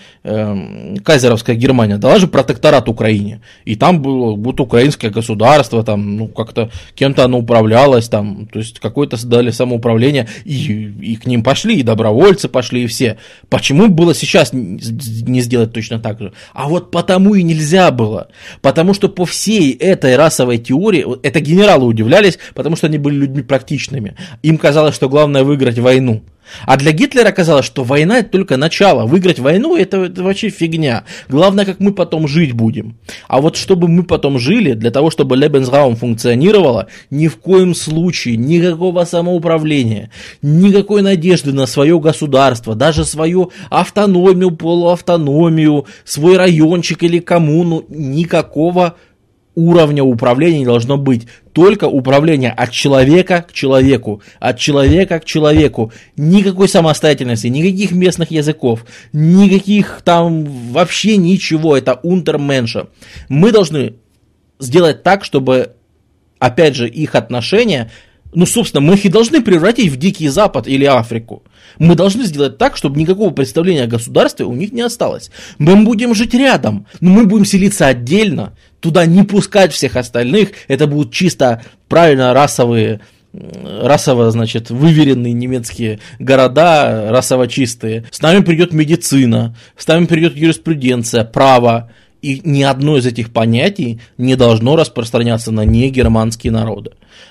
э, кайзеровская Германия дала же протекторат Украине, и там было вот украинское государство, там, ну, как-то кем-то оно управлялось, там, то есть какое-то создали самоуправление, и, и к ним пошли, и добровольцы пошли, и все. Почему было сейчас не сделать точно так же? А вот потому и нельзя было, потому что по всей этой расовой теории, это генералы удивлялись, потому что они были людьми практичными, им казалось, что главное выиграть войну. А для Гитлера казалось, что война это только начало, выиграть войну это, это вообще фигня, главное, как мы потом жить будем. А вот чтобы мы потом жили, для того, чтобы Lebensraum функционировало, ни в коем случае никакого самоуправления, никакой надежды на свое государство, даже свою автономию, полуавтономию, свой райончик или коммуну, никакого уровня управления не должно быть. Только управление от человека к человеку, от человека к человеку. Никакой самостоятельности, никаких местных языков, никаких там вообще ничего. Это унтерменша. Мы должны сделать так, чтобы, опять же, их отношения, ну, собственно, мы их и должны превратить в Дикий Запад или Африку. Мы должны сделать так, чтобы никакого представления о государстве у них не осталось. Мы будем жить рядом, но мы будем селиться отдельно, туда не пускать всех остальных. Это будут чисто правильно расовые, расово, значит, выверенные немецкие города, расово чистые. С нами придет медицина, с нами придет юриспруденция, право. И ни одно из этих понятий не должно распространяться на негерманские народы.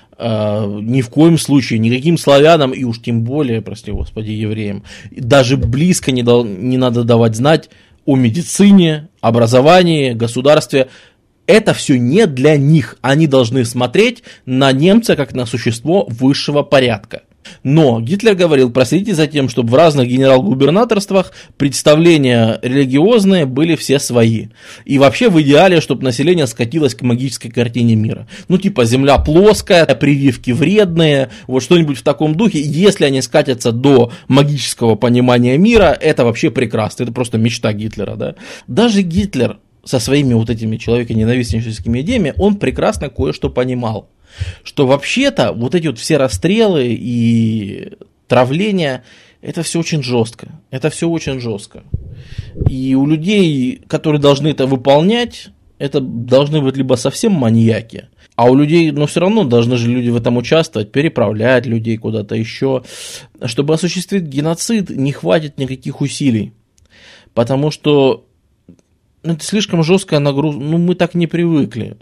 Ни в коем случае, никаким славянам, и уж тем более, прости господи, евреям, даже близко не, дал, не надо давать знать о медицине, образовании, государстве. Это все не для них. Они должны смотреть на немца как на существо высшего порядка. Но Гитлер говорил, проследите за тем, чтобы в разных генерал-губернаторствах представления религиозные были все свои. И вообще в идеале, чтобы население скатилось к магической картине мира. Ну типа земля плоская, прививки вредные, вот что-нибудь в таком духе. Если они скатятся до магического понимания мира, это вообще прекрасно. Это просто мечта Гитлера, да. Даже Гитлер со своими вот этими человеконенавистническими идеями, он прекрасно кое-что понимал. Что вообще-то вот эти вот все расстрелы и травления, это все очень жестко. Это все очень жестко. И у людей, которые должны это выполнять, это должны быть либо совсем маньяки, а у людей, но все равно должны же люди в этом участвовать, переправлять людей куда-то еще. Чтобы осуществить геноцид, не хватит никаких усилий. Потому что это слишком жесткая нагрузка. Ну, мы так не привыкли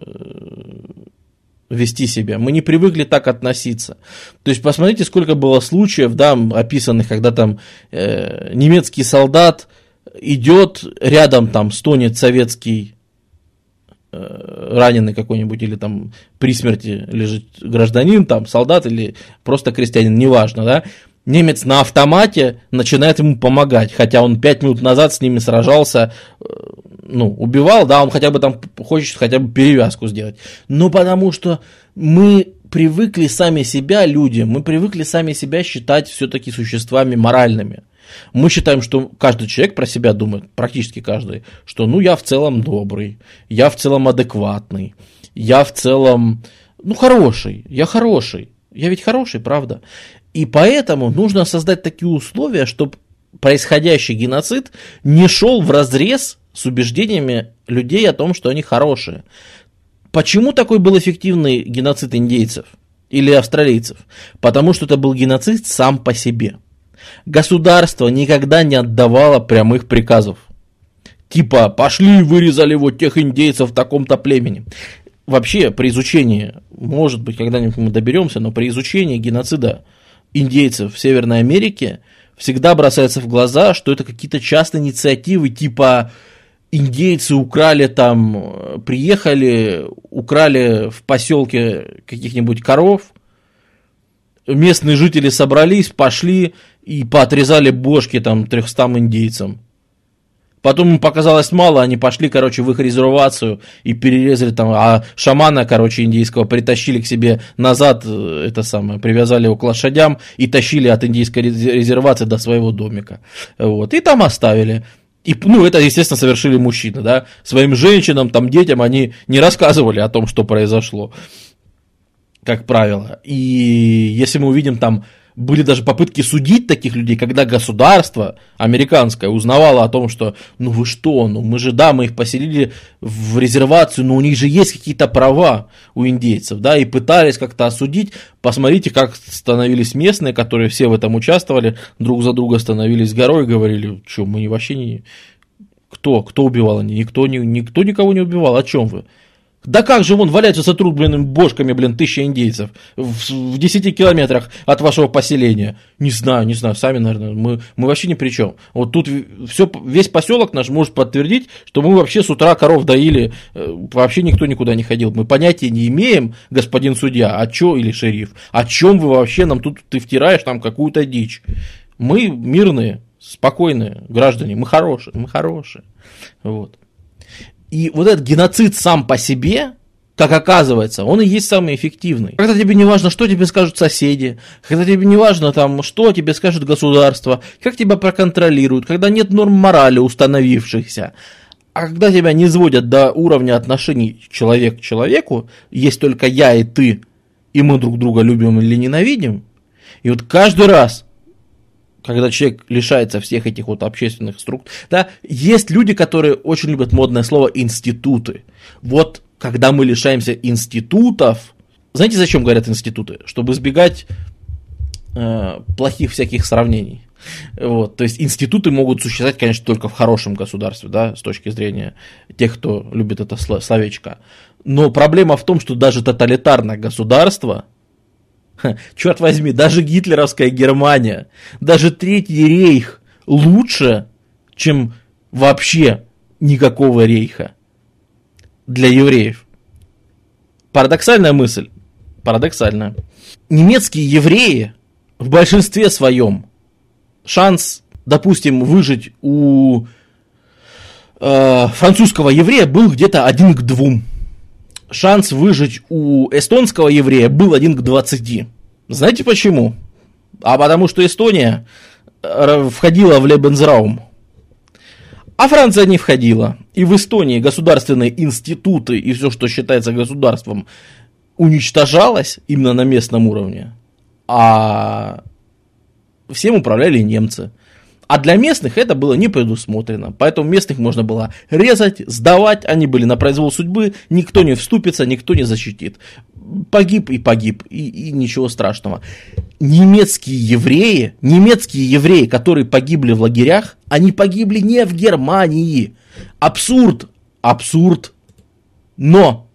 вести себя. Мы не привыкли так относиться. То есть, посмотрите, сколько было случаев, да, описанных, когда там э, немецкий солдат идет, рядом там стонет советский э, раненый какой-нибудь, или там при смерти лежит гражданин, там солдат или просто крестьянин, неважно, да. Немец на автомате начинает ему помогать, хотя он пять минут назад с ними сражался, ну, убивал, да, он хотя бы там хочет хотя бы перевязку сделать. Но потому что мы привыкли сами себя, люди, мы привыкли сами себя считать все-таки существами моральными. Мы считаем, что каждый человек про себя думает, практически каждый, что ну я в целом добрый, я в целом адекватный, я в целом, ну, хороший, я хороший, я ведь хороший, правда? И поэтому нужно создать такие условия, чтобы происходящий геноцид не шел вразрез с убеждениями людей о том, что они хорошие. Почему такой был эффективный геноцид индейцев? или австралийцев, потому что это был геноцид сам по себе. Государство никогда не отдавало прямых приказов. Типа, пошли, вырезали вот тех индейцев в таком-то племени. Вообще, при изучении, может быть, когда-нибудь мы доберемся, но при изучении геноцида индейцев в Северной Америке всегда бросается в глаза, что это какие-то частные инициативы, типа индейцы украли там, приехали, украли в поселке каких-нибудь коров, местные жители собрались, пошли и поотрезали бошки там трехстам индейцам. Потом им показалось мало, они пошли, короче, в их резервацию и перерезали там, а шамана, короче, индейского притащили к себе назад, это самое, привязали его к лошадям и тащили от индейской резервации до своего домика. Вот, и там оставили. И, ну, это, естественно, совершили мужчины, да. Своим женщинам, там, детям они не рассказывали о том, что произошло, как правило. И если мы увидим там, были даже попытки судить таких людей, когда государство американское узнавало о том, что, ну вы что, ну мы же, да, мы их поселили в резервацию, но у них же есть какие-то права у индейцев, да, и пытались как-то осудить. Посмотрите, как становились местные, которые все в этом участвовали, друг за друга становились горой, говорили, что мы вообще не... Кто? Кто убивал они? Никто, не, никто никого не убивал, о чем вы? Да как же вон валяются с отрубленными бошками, блин, тысячи индейцев в, в десяти километрах от вашего поселения? Не знаю, не знаю, сами, наверное, мы, мы вообще ни при чем. Вот тут все, весь поселок наш может подтвердить, что мы вообще с утра коров доили, вообще никто никуда не ходил. Мы понятия не имеем, господин судья, о чем, или шериф, о чем вы вообще нам тут, ты втираешь нам какую-то дичь. Мы мирные, спокойные граждане, мы хорошие, мы хорошие. Вот. И вот этот геноцид сам по себе, как оказывается, он и есть самый эффективный. Когда тебе не важно, что тебе скажут соседи, когда тебе не важно, там, что тебе скажет государство, как тебя проконтролируют, когда нет норм морали установившихся, а когда тебя не сводят до уровня отношений человек к человеку, есть только я и ты, и мы друг друга любим или ненавидим, и вот каждый раз, когда человек лишается всех этих вот общественных структур, да, есть люди, которые очень любят модное слово «институты». Вот когда мы лишаемся институтов, знаете, зачем говорят институты? Чтобы избегать э, плохих всяких сравнений. Вот, то есть институты могут существовать, конечно, только в хорошем государстве, да, с точки зрения тех, кто любит это словечко. Но проблема в том, что даже тоталитарное государство, черт возьми, даже гитлеровская Германия, даже Третий рейх лучше, чем вообще никакого рейха для евреев. Парадоксальная мысль. Парадоксальная. Немецкие евреи в большинстве своем шанс, допустим, выжить у э, французского еврея был где-то один к двум. Шанс выжить у эстонского еврея был один к двадцати. Знаете почему? А потому что Эстония входила в Лебензраум, а Франция не входила. И в Эстонии государственные институты и все, что считается государством, уничтожалось именно на местном уровне, а всем управляли немцы. А для местных это было не предусмотрено. Поэтому местных можно было резать, сдавать. Они были на произвол судьбы. Никто не вступится, никто не защитит. Погиб и погиб. И, и ничего страшного. Немецкие евреи, немецкие евреи, которые погибли в лагерях, они погибли не в Германии. Абсурд. Абсурд. Но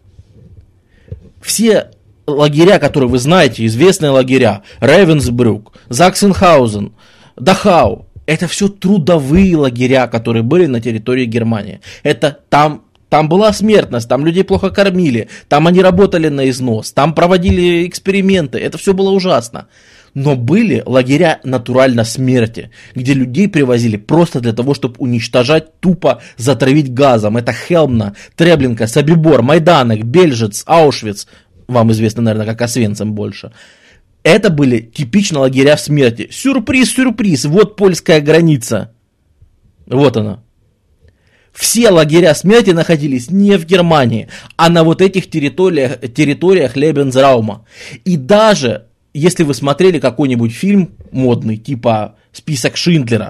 все лагеря, которые вы знаете, известные лагеря, Рейвенсбрюк, Заксенхаузен, Дахау, это все трудовые лагеря, которые были на территории Германии. Это там, там была смертность, там людей плохо кормили, там они работали на износ, там проводили эксперименты, это все было ужасно. Но были лагеря натурально смерти, где людей привозили просто для того, чтобы уничтожать, тупо затравить газом. Это Хелмна, Треблинка, Собибор, Майданек, Бельжец, Аушвиц, вам известно, наверное, как Освенцим больше. Это были типично лагеря смерти. Сюрприз, сюрприз, вот польская граница. Вот она. Все лагеря смерти находились не в Германии, а на вот этих территориях, территориях Лебензраума. И даже, если вы смотрели какой-нибудь фильм модный, типа «Список Шиндлера»,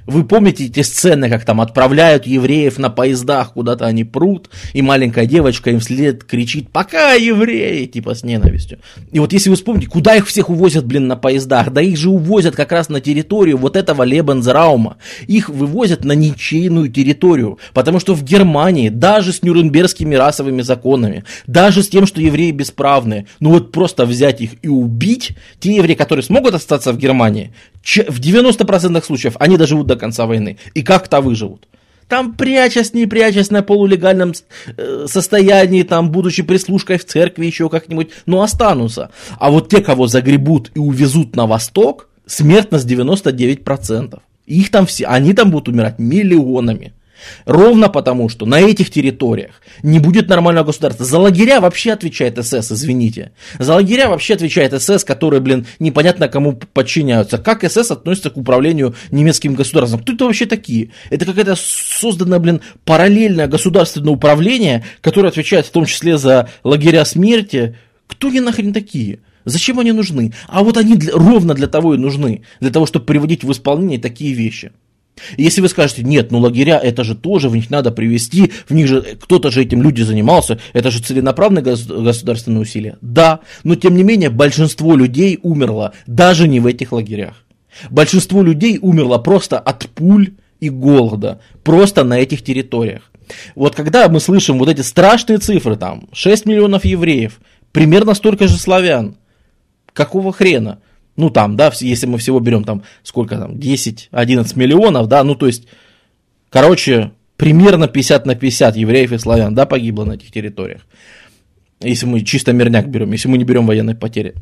Вы помните эти сцены, как там отправляют евреев на поездах, куда-то они прут, и маленькая девочка им вслед кричит «Пока, евреи!» типа с ненавистью. И вот если вы вспомните, куда их всех увозят, блин, на поездах? Да их же увозят как раз на территорию вот этого Лебензраума. Их вывозят на ничейную территорию, потому что в Германии, даже с нюрнбергскими расовыми законами, даже с тем, что евреи бесправные, ну вот просто взять их и убить, те евреи, которые смогут остаться в Германии, в девяноста процентах случаев они доживут до конца войны и как-то выживут. Там прячась, не прячась на полулегальном э, состоянии, там, будучи прислушкой в церкви еще как-нибудь, но останутся. А вот те, кого загребут и увезут на восток, смертность девяносто девять процентов. Их там все, они там будут умирать миллионами. Ровно потому, что на этих территориях не будет нормального государства. За лагеря вообще отвечает СС, извините. За лагеря вообще отвечает СС, которые, блин, непонятно кому подчиняются. Как СС относится к управлению немецким государством? Кто это вообще такие? Это какое-то созданное, блин, параллельное государственное управление, которое отвечает в том числе за лагеря смерти. Кто они нахрен такие? Зачем они нужны? А вот они для, ровно для того и нужны. Для того, чтобы приводить в исполнение такие вещи. Если вы скажете, нет, ну лагеря, это же тоже, в них надо привести, в них же, кто-то же этим люди занимался, это же целенаправленные государственные усилия. Да, но тем не менее большинство людей умерло даже не в этих лагерях. Большинство людей умерло просто от пуль и голода, просто на этих территориях. Вот когда мы слышим вот эти страшные цифры, там, шесть миллионов евреев, примерно столько же славян, какого хрена? Ну там, да, если мы всего берем там, сколько там, десять-одиннадцать миллионов, да, ну то есть, короче, примерно пятьдесят на пятьдесят евреев и славян, да, погибло на этих территориях. Если мы чисто мирняк берем, если мы не берем военные потери,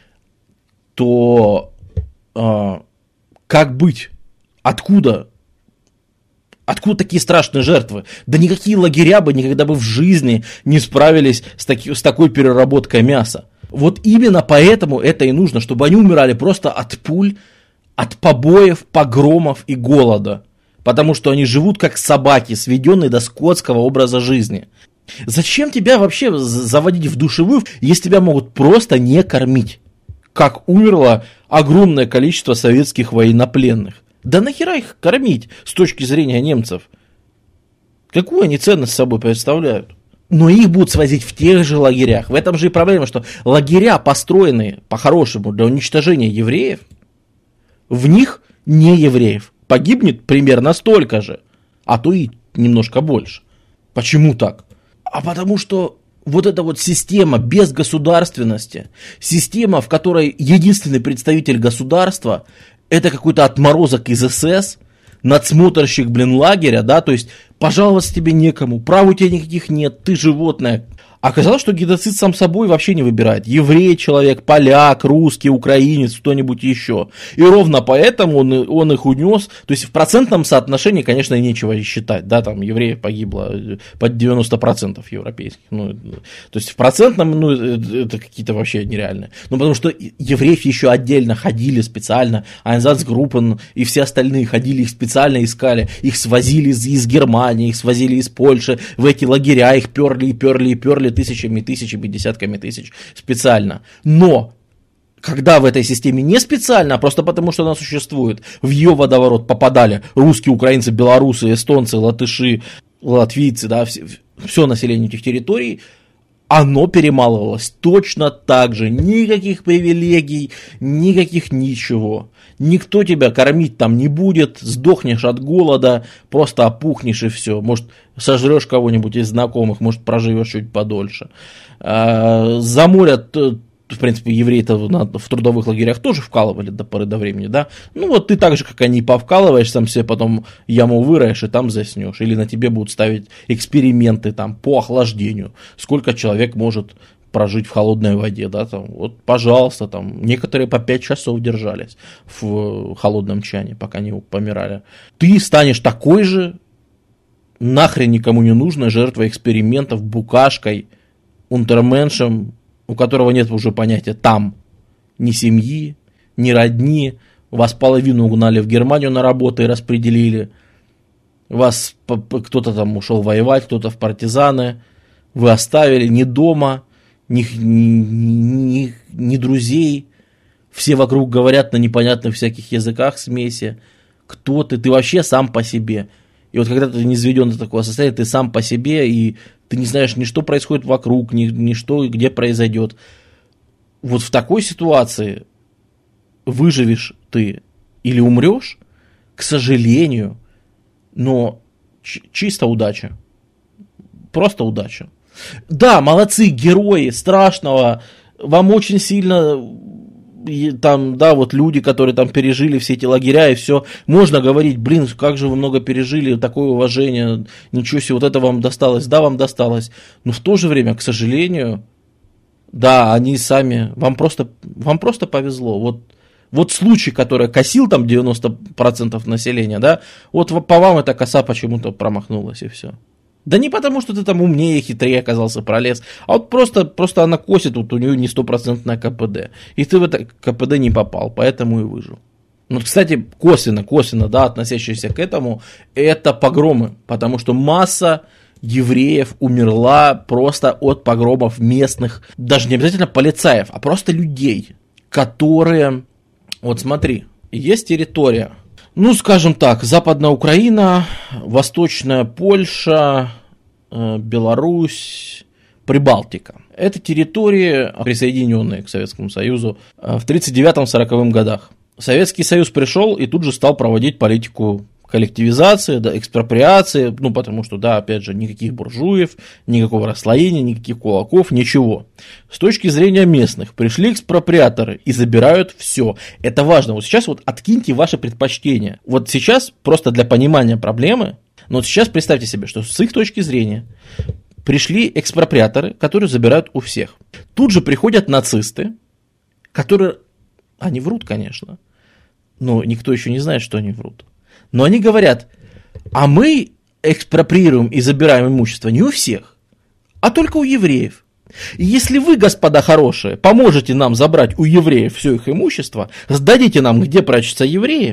то э, как быть? Откуда? Откуда такие страшные жертвы? Да никакие лагеря бы никогда бы в жизни не справились с, таки, с такой переработкой мяса. Вот именно поэтому это и нужно, чтобы они умирали просто от пуль, от побоев, погромов и голода. Потому что они живут как собаки, сведенные до скотского образа жизни. Зачем тебя вообще заводить в душевую, если тебя могут просто не кормить? Как умерло огромное количество советских военнопленных. Да нахера их кормить с точки зрения немцев? Какую они ценность собой представляют? Но их будут свозить в тех же лагерях. В этом же и проблема, что лагеря, построенные по-хорошему для уничтожения евреев, в них не евреев погибнет примерно столько же, а то и немножко больше. Почему так? А потому что вот эта вот система без государственности, система, в которой единственный представитель государства это какой-то отморозок из СС, надсмотрщик, блин, лагеря, да, то есть пожаловаться тебе некому, прав у тебя никаких нет, ты животное. Оказалось, что геноцид сам собой вообще не выбирает. Еврей человек, поляк, русский, украинец, кто-нибудь еще. И ровно поэтому он, он их унес. То есть в процентном соотношении, конечно, нечего считать. Да, там евреев погибло под девяносто процентов европейских. Ну, то есть в процентном, ну, это какие-то вообще нереальные. Ну, потому что евреев еще отдельно ходили специально. Айнзацгруппен и все остальные ходили, их специально искали. Их свозили из, из Германии, их свозили из Польши в эти лагеря. Их перли и перли и перли тысячами, тысячами, десятками тысяч специально. Но, когда в этой системе не специально, а просто потому, что она существует, в ее водоворот попадали русские, украинцы, белорусы, эстонцы, латыши, латвийцы, да, все, все население этих территорий, оно перемалывалось точно так же. Никаких привилегий, никаких ничего. Никто тебя кормить там не будет, сдохнешь от голода, просто опухнешь и все. Может, сожрешь кого-нибудь из знакомых, может, проживешь чуть подольше. Заморят, в принципе, евреи-то в трудовых лагерях тоже вкалывали до поры до времени, да? Ну вот ты так же, как они, повкалываешь, сам себе потом яму выроешь и там заснешь. Или на тебе будут ставить эксперименты там по охлаждению. Сколько человек может прожить в холодной воде, да, там, вот, пожалуйста, там, некоторые по пять часов держались в холодном чане, пока не помирали. Ты станешь такой же, нахрен никому не нужной жертвой экспериментов, букашкой, унтерменшем, у которого нет уже понятия там ни семьи, ни родни, вас половину угнали в Германию на работу и распределили, вас кто-то там ушел воевать, кто-то в партизаны, вы оставили ни дома, ни, ни, ни, ни друзей, все вокруг говорят на непонятных всяких языках смеси. кто ты, ты вообще сам по себе. И вот когда ты не низведен до такого состояния, ты сам по себе, и ты не знаешь ни что происходит вокруг, ни, ни что и где произойдет. Вот в такой ситуации выживешь ты или умрешь, к сожалению, но ч- чисто удача. Просто удача. Да, молодцы, герои, страшного, вам очень сильно... И там, да, вот люди, которые там пережили все эти лагеря и все, можно говорить, блин, как же вы много пережили, такое уважение, ничего себе, вот это вам досталось, да, вам досталось, но в то же время, к сожалению, да, они сами, вам просто, вам просто повезло, вот, вот случай, который косил там девяносто процентов населения, да, вот по вам эта коса почему-то промахнулась и все. Да не потому, что ты там умнее, хитрее оказался, пролез, а вот просто, просто она косит, вот у нее не стопроцентное КПД. И ты в это КПД не попал, поэтому и выжил. Ну, кстати, косвенно, косвенно, да, относящиеся к этому, это погромы, потому что масса евреев умерла просто от погромов местных, даже не обязательно полицаев, а просто людей, которые, вот смотри, есть территория, ну, скажем так, Западная Украина, Восточная Польша, э, Беларусь, Прибалтика. Это территории, присоединенные к Советскому Союзу э, в тридцать девятом — сороковых годах. Советский Союз пришел и тут же стал проводить политику коллективизации, да, экспроприации, ну, потому что, да, опять же, никаких буржуев, никакого расслоения, никаких кулаков, ничего. С точки зрения местных, пришли экспроприаторы и забирают все. Это важно. Вот сейчас вот откиньте ваши предпочтения. Вот сейчас, просто для понимания проблемы, но вот сейчас представьте себе, что с их точки зрения пришли экспроприаторы, которые забирают у всех. Тут же приходят нацисты, которые, они врут, конечно, но никто еще не знает, что они врут. Но они говорят, а мы экспроприируем и забираем имущество не у всех, а только у евреев. И если вы, господа хорошие, поможете нам забрать у евреев все их имущество, сдадите нам, где прячутся евреи,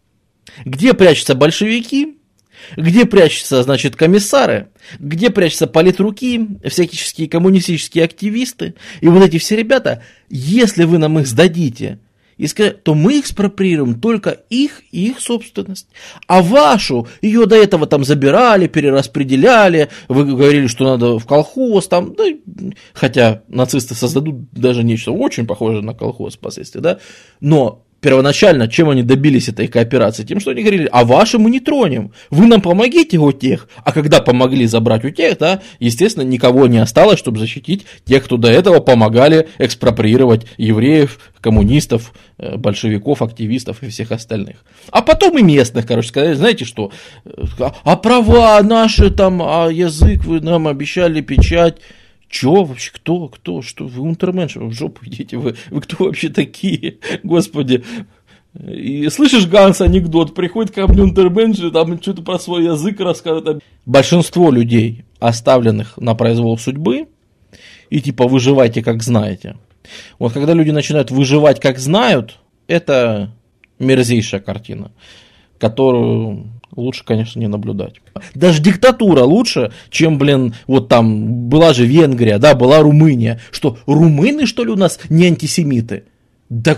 где прячутся большевики, где прячутся, значит, комиссары, где прячутся политруки, всякие коммунистические активисты, и вот эти все ребята, если вы нам их сдадите, и сказать, то мы экспроприируем только их и их собственность. А вашу, ее до этого там забирали, перераспределяли, вы говорили, что надо в колхоз, там, да, хотя нацисты создадут даже нечто очень похожее на колхоз впоследствии, да, но первоначально, чем они добились этой кооперации? Тем, что они говорили, а ваши мы не тронем, вы нам помогите у тех, а когда помогли забрать у тех, да, естественно, никого не осталось, чтобы защитить тех, кто до этого помогали экспроприировать евреев, коммунистов, большевиков, активистов и всех остальных. А потом и местных, короче, сказали, знаете что, а права наши там, а язык вы нам обещали, печать. Чё вообще, кто, кто, что, вы унтерменши, в жопу идите, вы, вы кто вообще такие, господи. И слышишь, Ганс, анекдот, приходит ко мне унтерменши, там что-то про свой язык рассказывает. Большинство людей, оставленных на произвол судьбы, и типа выживайте как знаете. Вот когда люди начинают выживать как знают, это мерзейшая картина, которую... лучше, конечно, не наблюдать. Даже диктатура лучше, чем, блин, вот там была же Венгрия, да, была Румыния. Что, румыны, что ли, у нас не антисемиты? Да,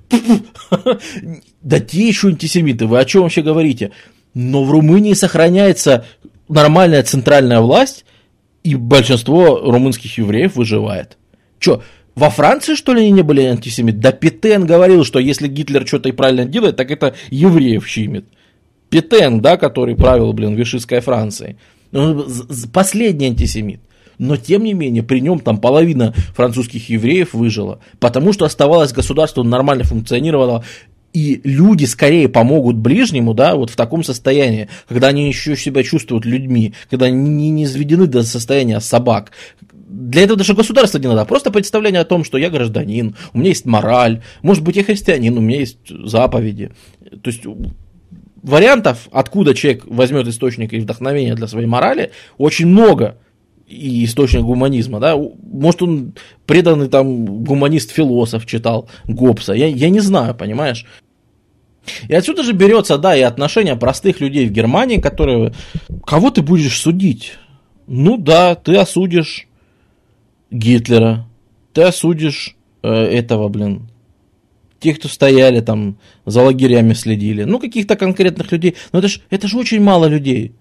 да те еще антисемиты, вы о чем вообще говорите? Но в Румынии сохраняется нормальная центральная власть, и большинство румынских евреев выживает. Че, во Франции, что ли, они не были антисемиты? Да Петен говорил, что если Гитлер что-то и правильно делает, так это евреев щимит. Петен, да, который правил, блин, Вишистской Францией, он последний антисемит. Но, тем не менее, при нем там половина французских евреев выжила, потому что оставалось государство, нормально функционировало, и люди скорее помогут ближнему, да, вот в таком состоянии, когда они еще себя чувствуют людьми, когда они не низведены до состояния собак. Для этого даже государства не надо, а просто представление о том, что я гражданин, у меня есть мораль, может быть, я христианин, у меня есть заповеди. То есть... вариантов, откуда человек возьмет источник и вдохновение для своей морали, очень много. И источник гуманизма, да, может он преданный там гуманист-философ читал Гоббса, я, я не знаю, понимаешь. И отсюда же берется, да, и отношение простых людей в Германии, которые, кого ты будешь судить? Ну да, ты осудишь Гитлера, ты осудишь э, этого, блин, те, кто стояли там, за лагерями следили, ну, каких-то конкретных людей. Но это же это ж очень мало людей.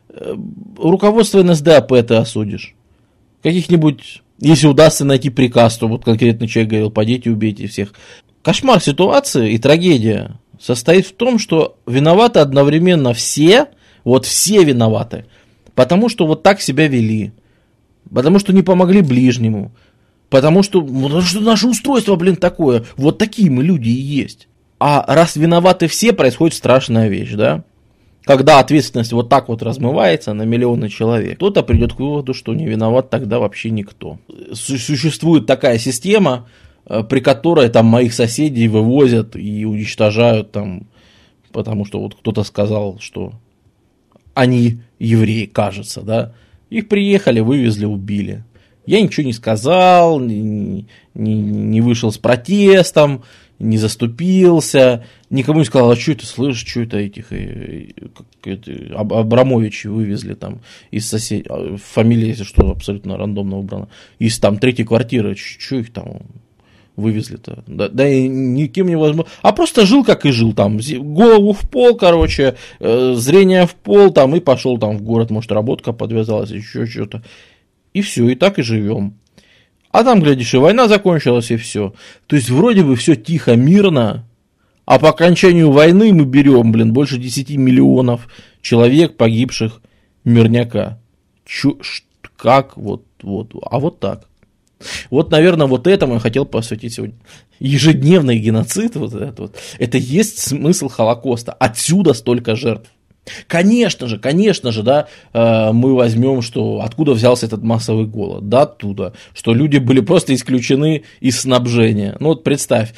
Руководство эн эс дэ а пэ ты осудишь. Каких-нибудь, если удастся найти приказ, то вот конкретный человек говорил, пойдите убейте всех. Кошмар ситуации и трагедия состоит в том, что виноваты одновременно все, вот все виноваты, потому что вот так себя вели, потому что не помогли ближнему, потому что, потому что наше устройство, блин, такое, вот такие мы люди и есть. А раз виноваты все, происходит страшная вещь, да? Когда ответственность вот так вот размывается на миллионы человек, кто-то придет к выводу, что не виноват тогда вообще никто. Существует такая система, при которой там моих соседей вывозят и уничтожают там, потому что вот кто-то сказал, что они евреи, кажется, да. Их приехали, вывезли, убили. Я ничего не сказал, не, не, не вышел с протестом, не заступился, никому не сказал, а что это, слышишь, что это этих как это, Абрамовичи вывезли там из соседей, фамилия, если что, абсолютно рандомно выбрана, из там третьей квартиры, что их там вывезли-то, да, да и никем не возможно, а просто жил как и жил, там, голову в пол, короче, э, зрение в пол, там, и пошел там в город, может, работка подвязалась, еще что-то, и все, и так и живем. А там, глядишь, и война закончилась, и все. То есть, вроде бы все тихо, мирно, а по окончанию войны мы берем, блин, больше десяти миллионов человек, погибших мирняка. Чё, как, вот, вот, а вот так. Вот, наверное, вот этому я хотел посвятить сегодня. Ежедневный геноцид, вот это вот, это есть смысл Холокоста. Отсюда столько жертв. Конечно же, конечно же, да, мы возьмем, что откуда взялся этот массовый голод, да, оттуда, что люди были просто исключены из снабжения. Ну вот представь,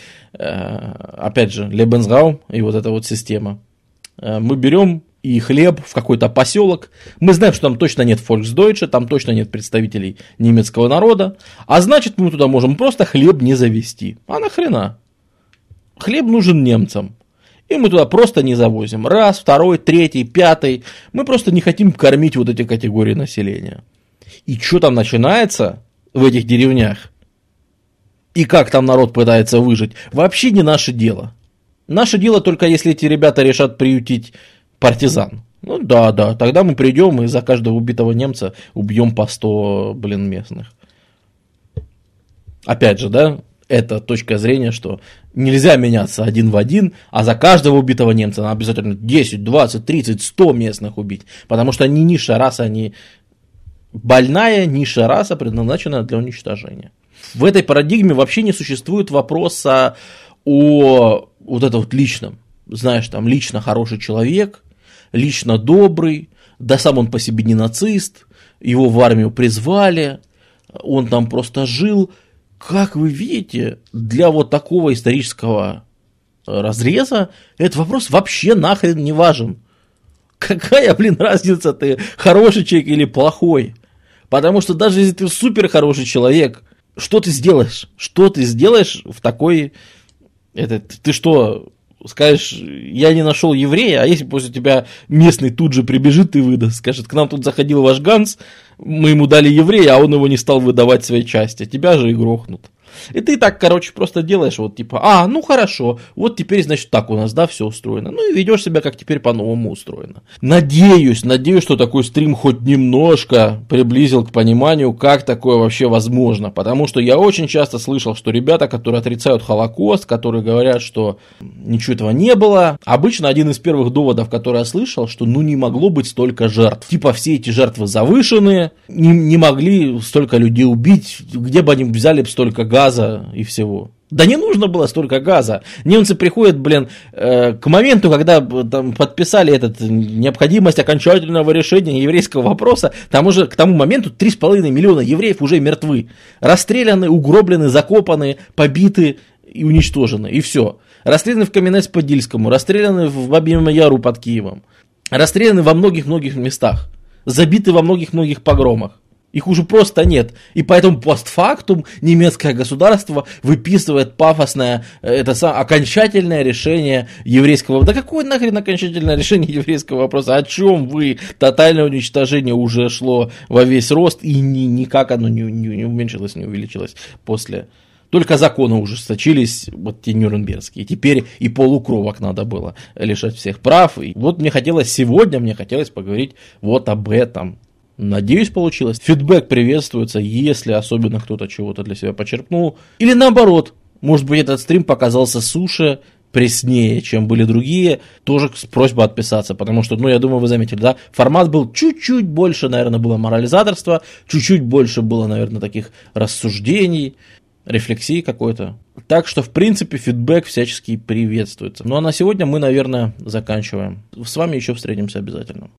опять же, Lebensraum и вот эта вот система. Мы берем и хлеб в какой-то поселок, мы знаем, что там точно нет Volksdeutsche, там точно нет представителей немецкого народа, а значит, мы туда можем просто хлеб не завезти. А нахрена? Хлеб нужен немцам. И мы туда просто не завозим. Раз, второй, третий, пятый. Мы просто не хотим кормить вот эти категории населения. И что там начинается в этих деревнях? И как там народ пытается выжить? Вообще не наше дело. Наше дело только если эти ребята решат приютить партизан. Ну да, да, тогда мы придем и за каждого убитого немца убьем по сто, блин, местных. Опять же, да? Это точка зрения, что нельзя меняться один в один, а за каждого убитого немца надо обязательно десять, двадцать, тридцать, сто местных убить. Потому что они низшая раса, они больная низшая раса, предназначенная для уничтожения. В этой парадигме вообще не существует вопроса о вот этом вот личном. Знаешь, там лично хороший человек, лично добрый, да сам он по себе не нацист, его в армию призвали, он там просто жил. Как вы видите, для вот такого исторического разреза этот вопрос вообще нахрен не важен. Какая, блин, разница, ты хороший человек или плохой? Потому что даже если ты супер хороший человек, что ты сделаешь? Что ты сделаешь в такой... Это, ты что, скажешь, я не нашел еврея, а если после тебя местный тут же прибежит и выдаст, скажет, к нам тут заходил ваш Ганс, мы ему дали еврея, а он его не стал выдавать своей части, тебя же и грохнут. И ты так, короче, просто делаешь вот типа, а, ну хорошо, вот теперь, значит, так у нас, да, все устроено. Ну и ведешь себя, как теперь по-новому устроено. Надеюсь, надеюсь, что такой стрим хоть немножко приблизил к пониманию, как такое вообще возможно. Потому что я очень часто слышал, что ребята, которые отрицают Холокост, которые говорят, что ничего этого не было, обычно один из первых доводов, который я слышал, что ну не могло быть столько жертв. Типа все эти жертвы завышенные, не, не могли столько людей убить, где бы они взяли столько газа и всего. Да не нужно было столько газа. Немцы приходят, блин, э, к моменту, когда там, подписали этот, необходимость окончательного решения еврейского вопроса, там уже к тому моменту три с половиной миллиона евреев уже мертвы. Расстреляны, угроблены, закопаны, побиты и уничтожены. И все. Расстреляны в Каменец-Подильскому, расстреляны в Бабьем Яру под Киевом. Расстреляны во многих-многих местах. Забиты во многих-многих погромах. Их уже просто нет. И поэтому постфактум немецкое государство выписывает пафосное это сам, окончательное решение еврейского вопроса. Да какое нахрен окончательное решение еврейского вопроса? О чем вы? Тотальное уничтожение уже шло во весь рост, и ни, никак оно не, не, не уменьшилось, не увеличилось после Только законы ужесточились, вот те нюрнбергские. Теперь и полукровок надо было лишать всех прав. И вот мне хотелось сегодня, мне хотелось поговорить вот об этом. Надеюсь, получилось. Фидбэк приветствуется, если особенно кто-то чего-то для себя почерпнул. Или наоборот, может быть, этот стрим показался суше, преснее, чем были другие, тоже просьба отписаться, потому что, ну, я думаю, вы заметили, да, формат был чуть-чуть больше, наверное, было морализаторства, чуть-чуть больше было, наверное, таких рассуждений, рефлексии какой-то. Так что, в принципе, фидбэк всячески приветствуется. Ну, а на сегодня мы, наверное, заканчиваем. С вами еще встретимся обязательно.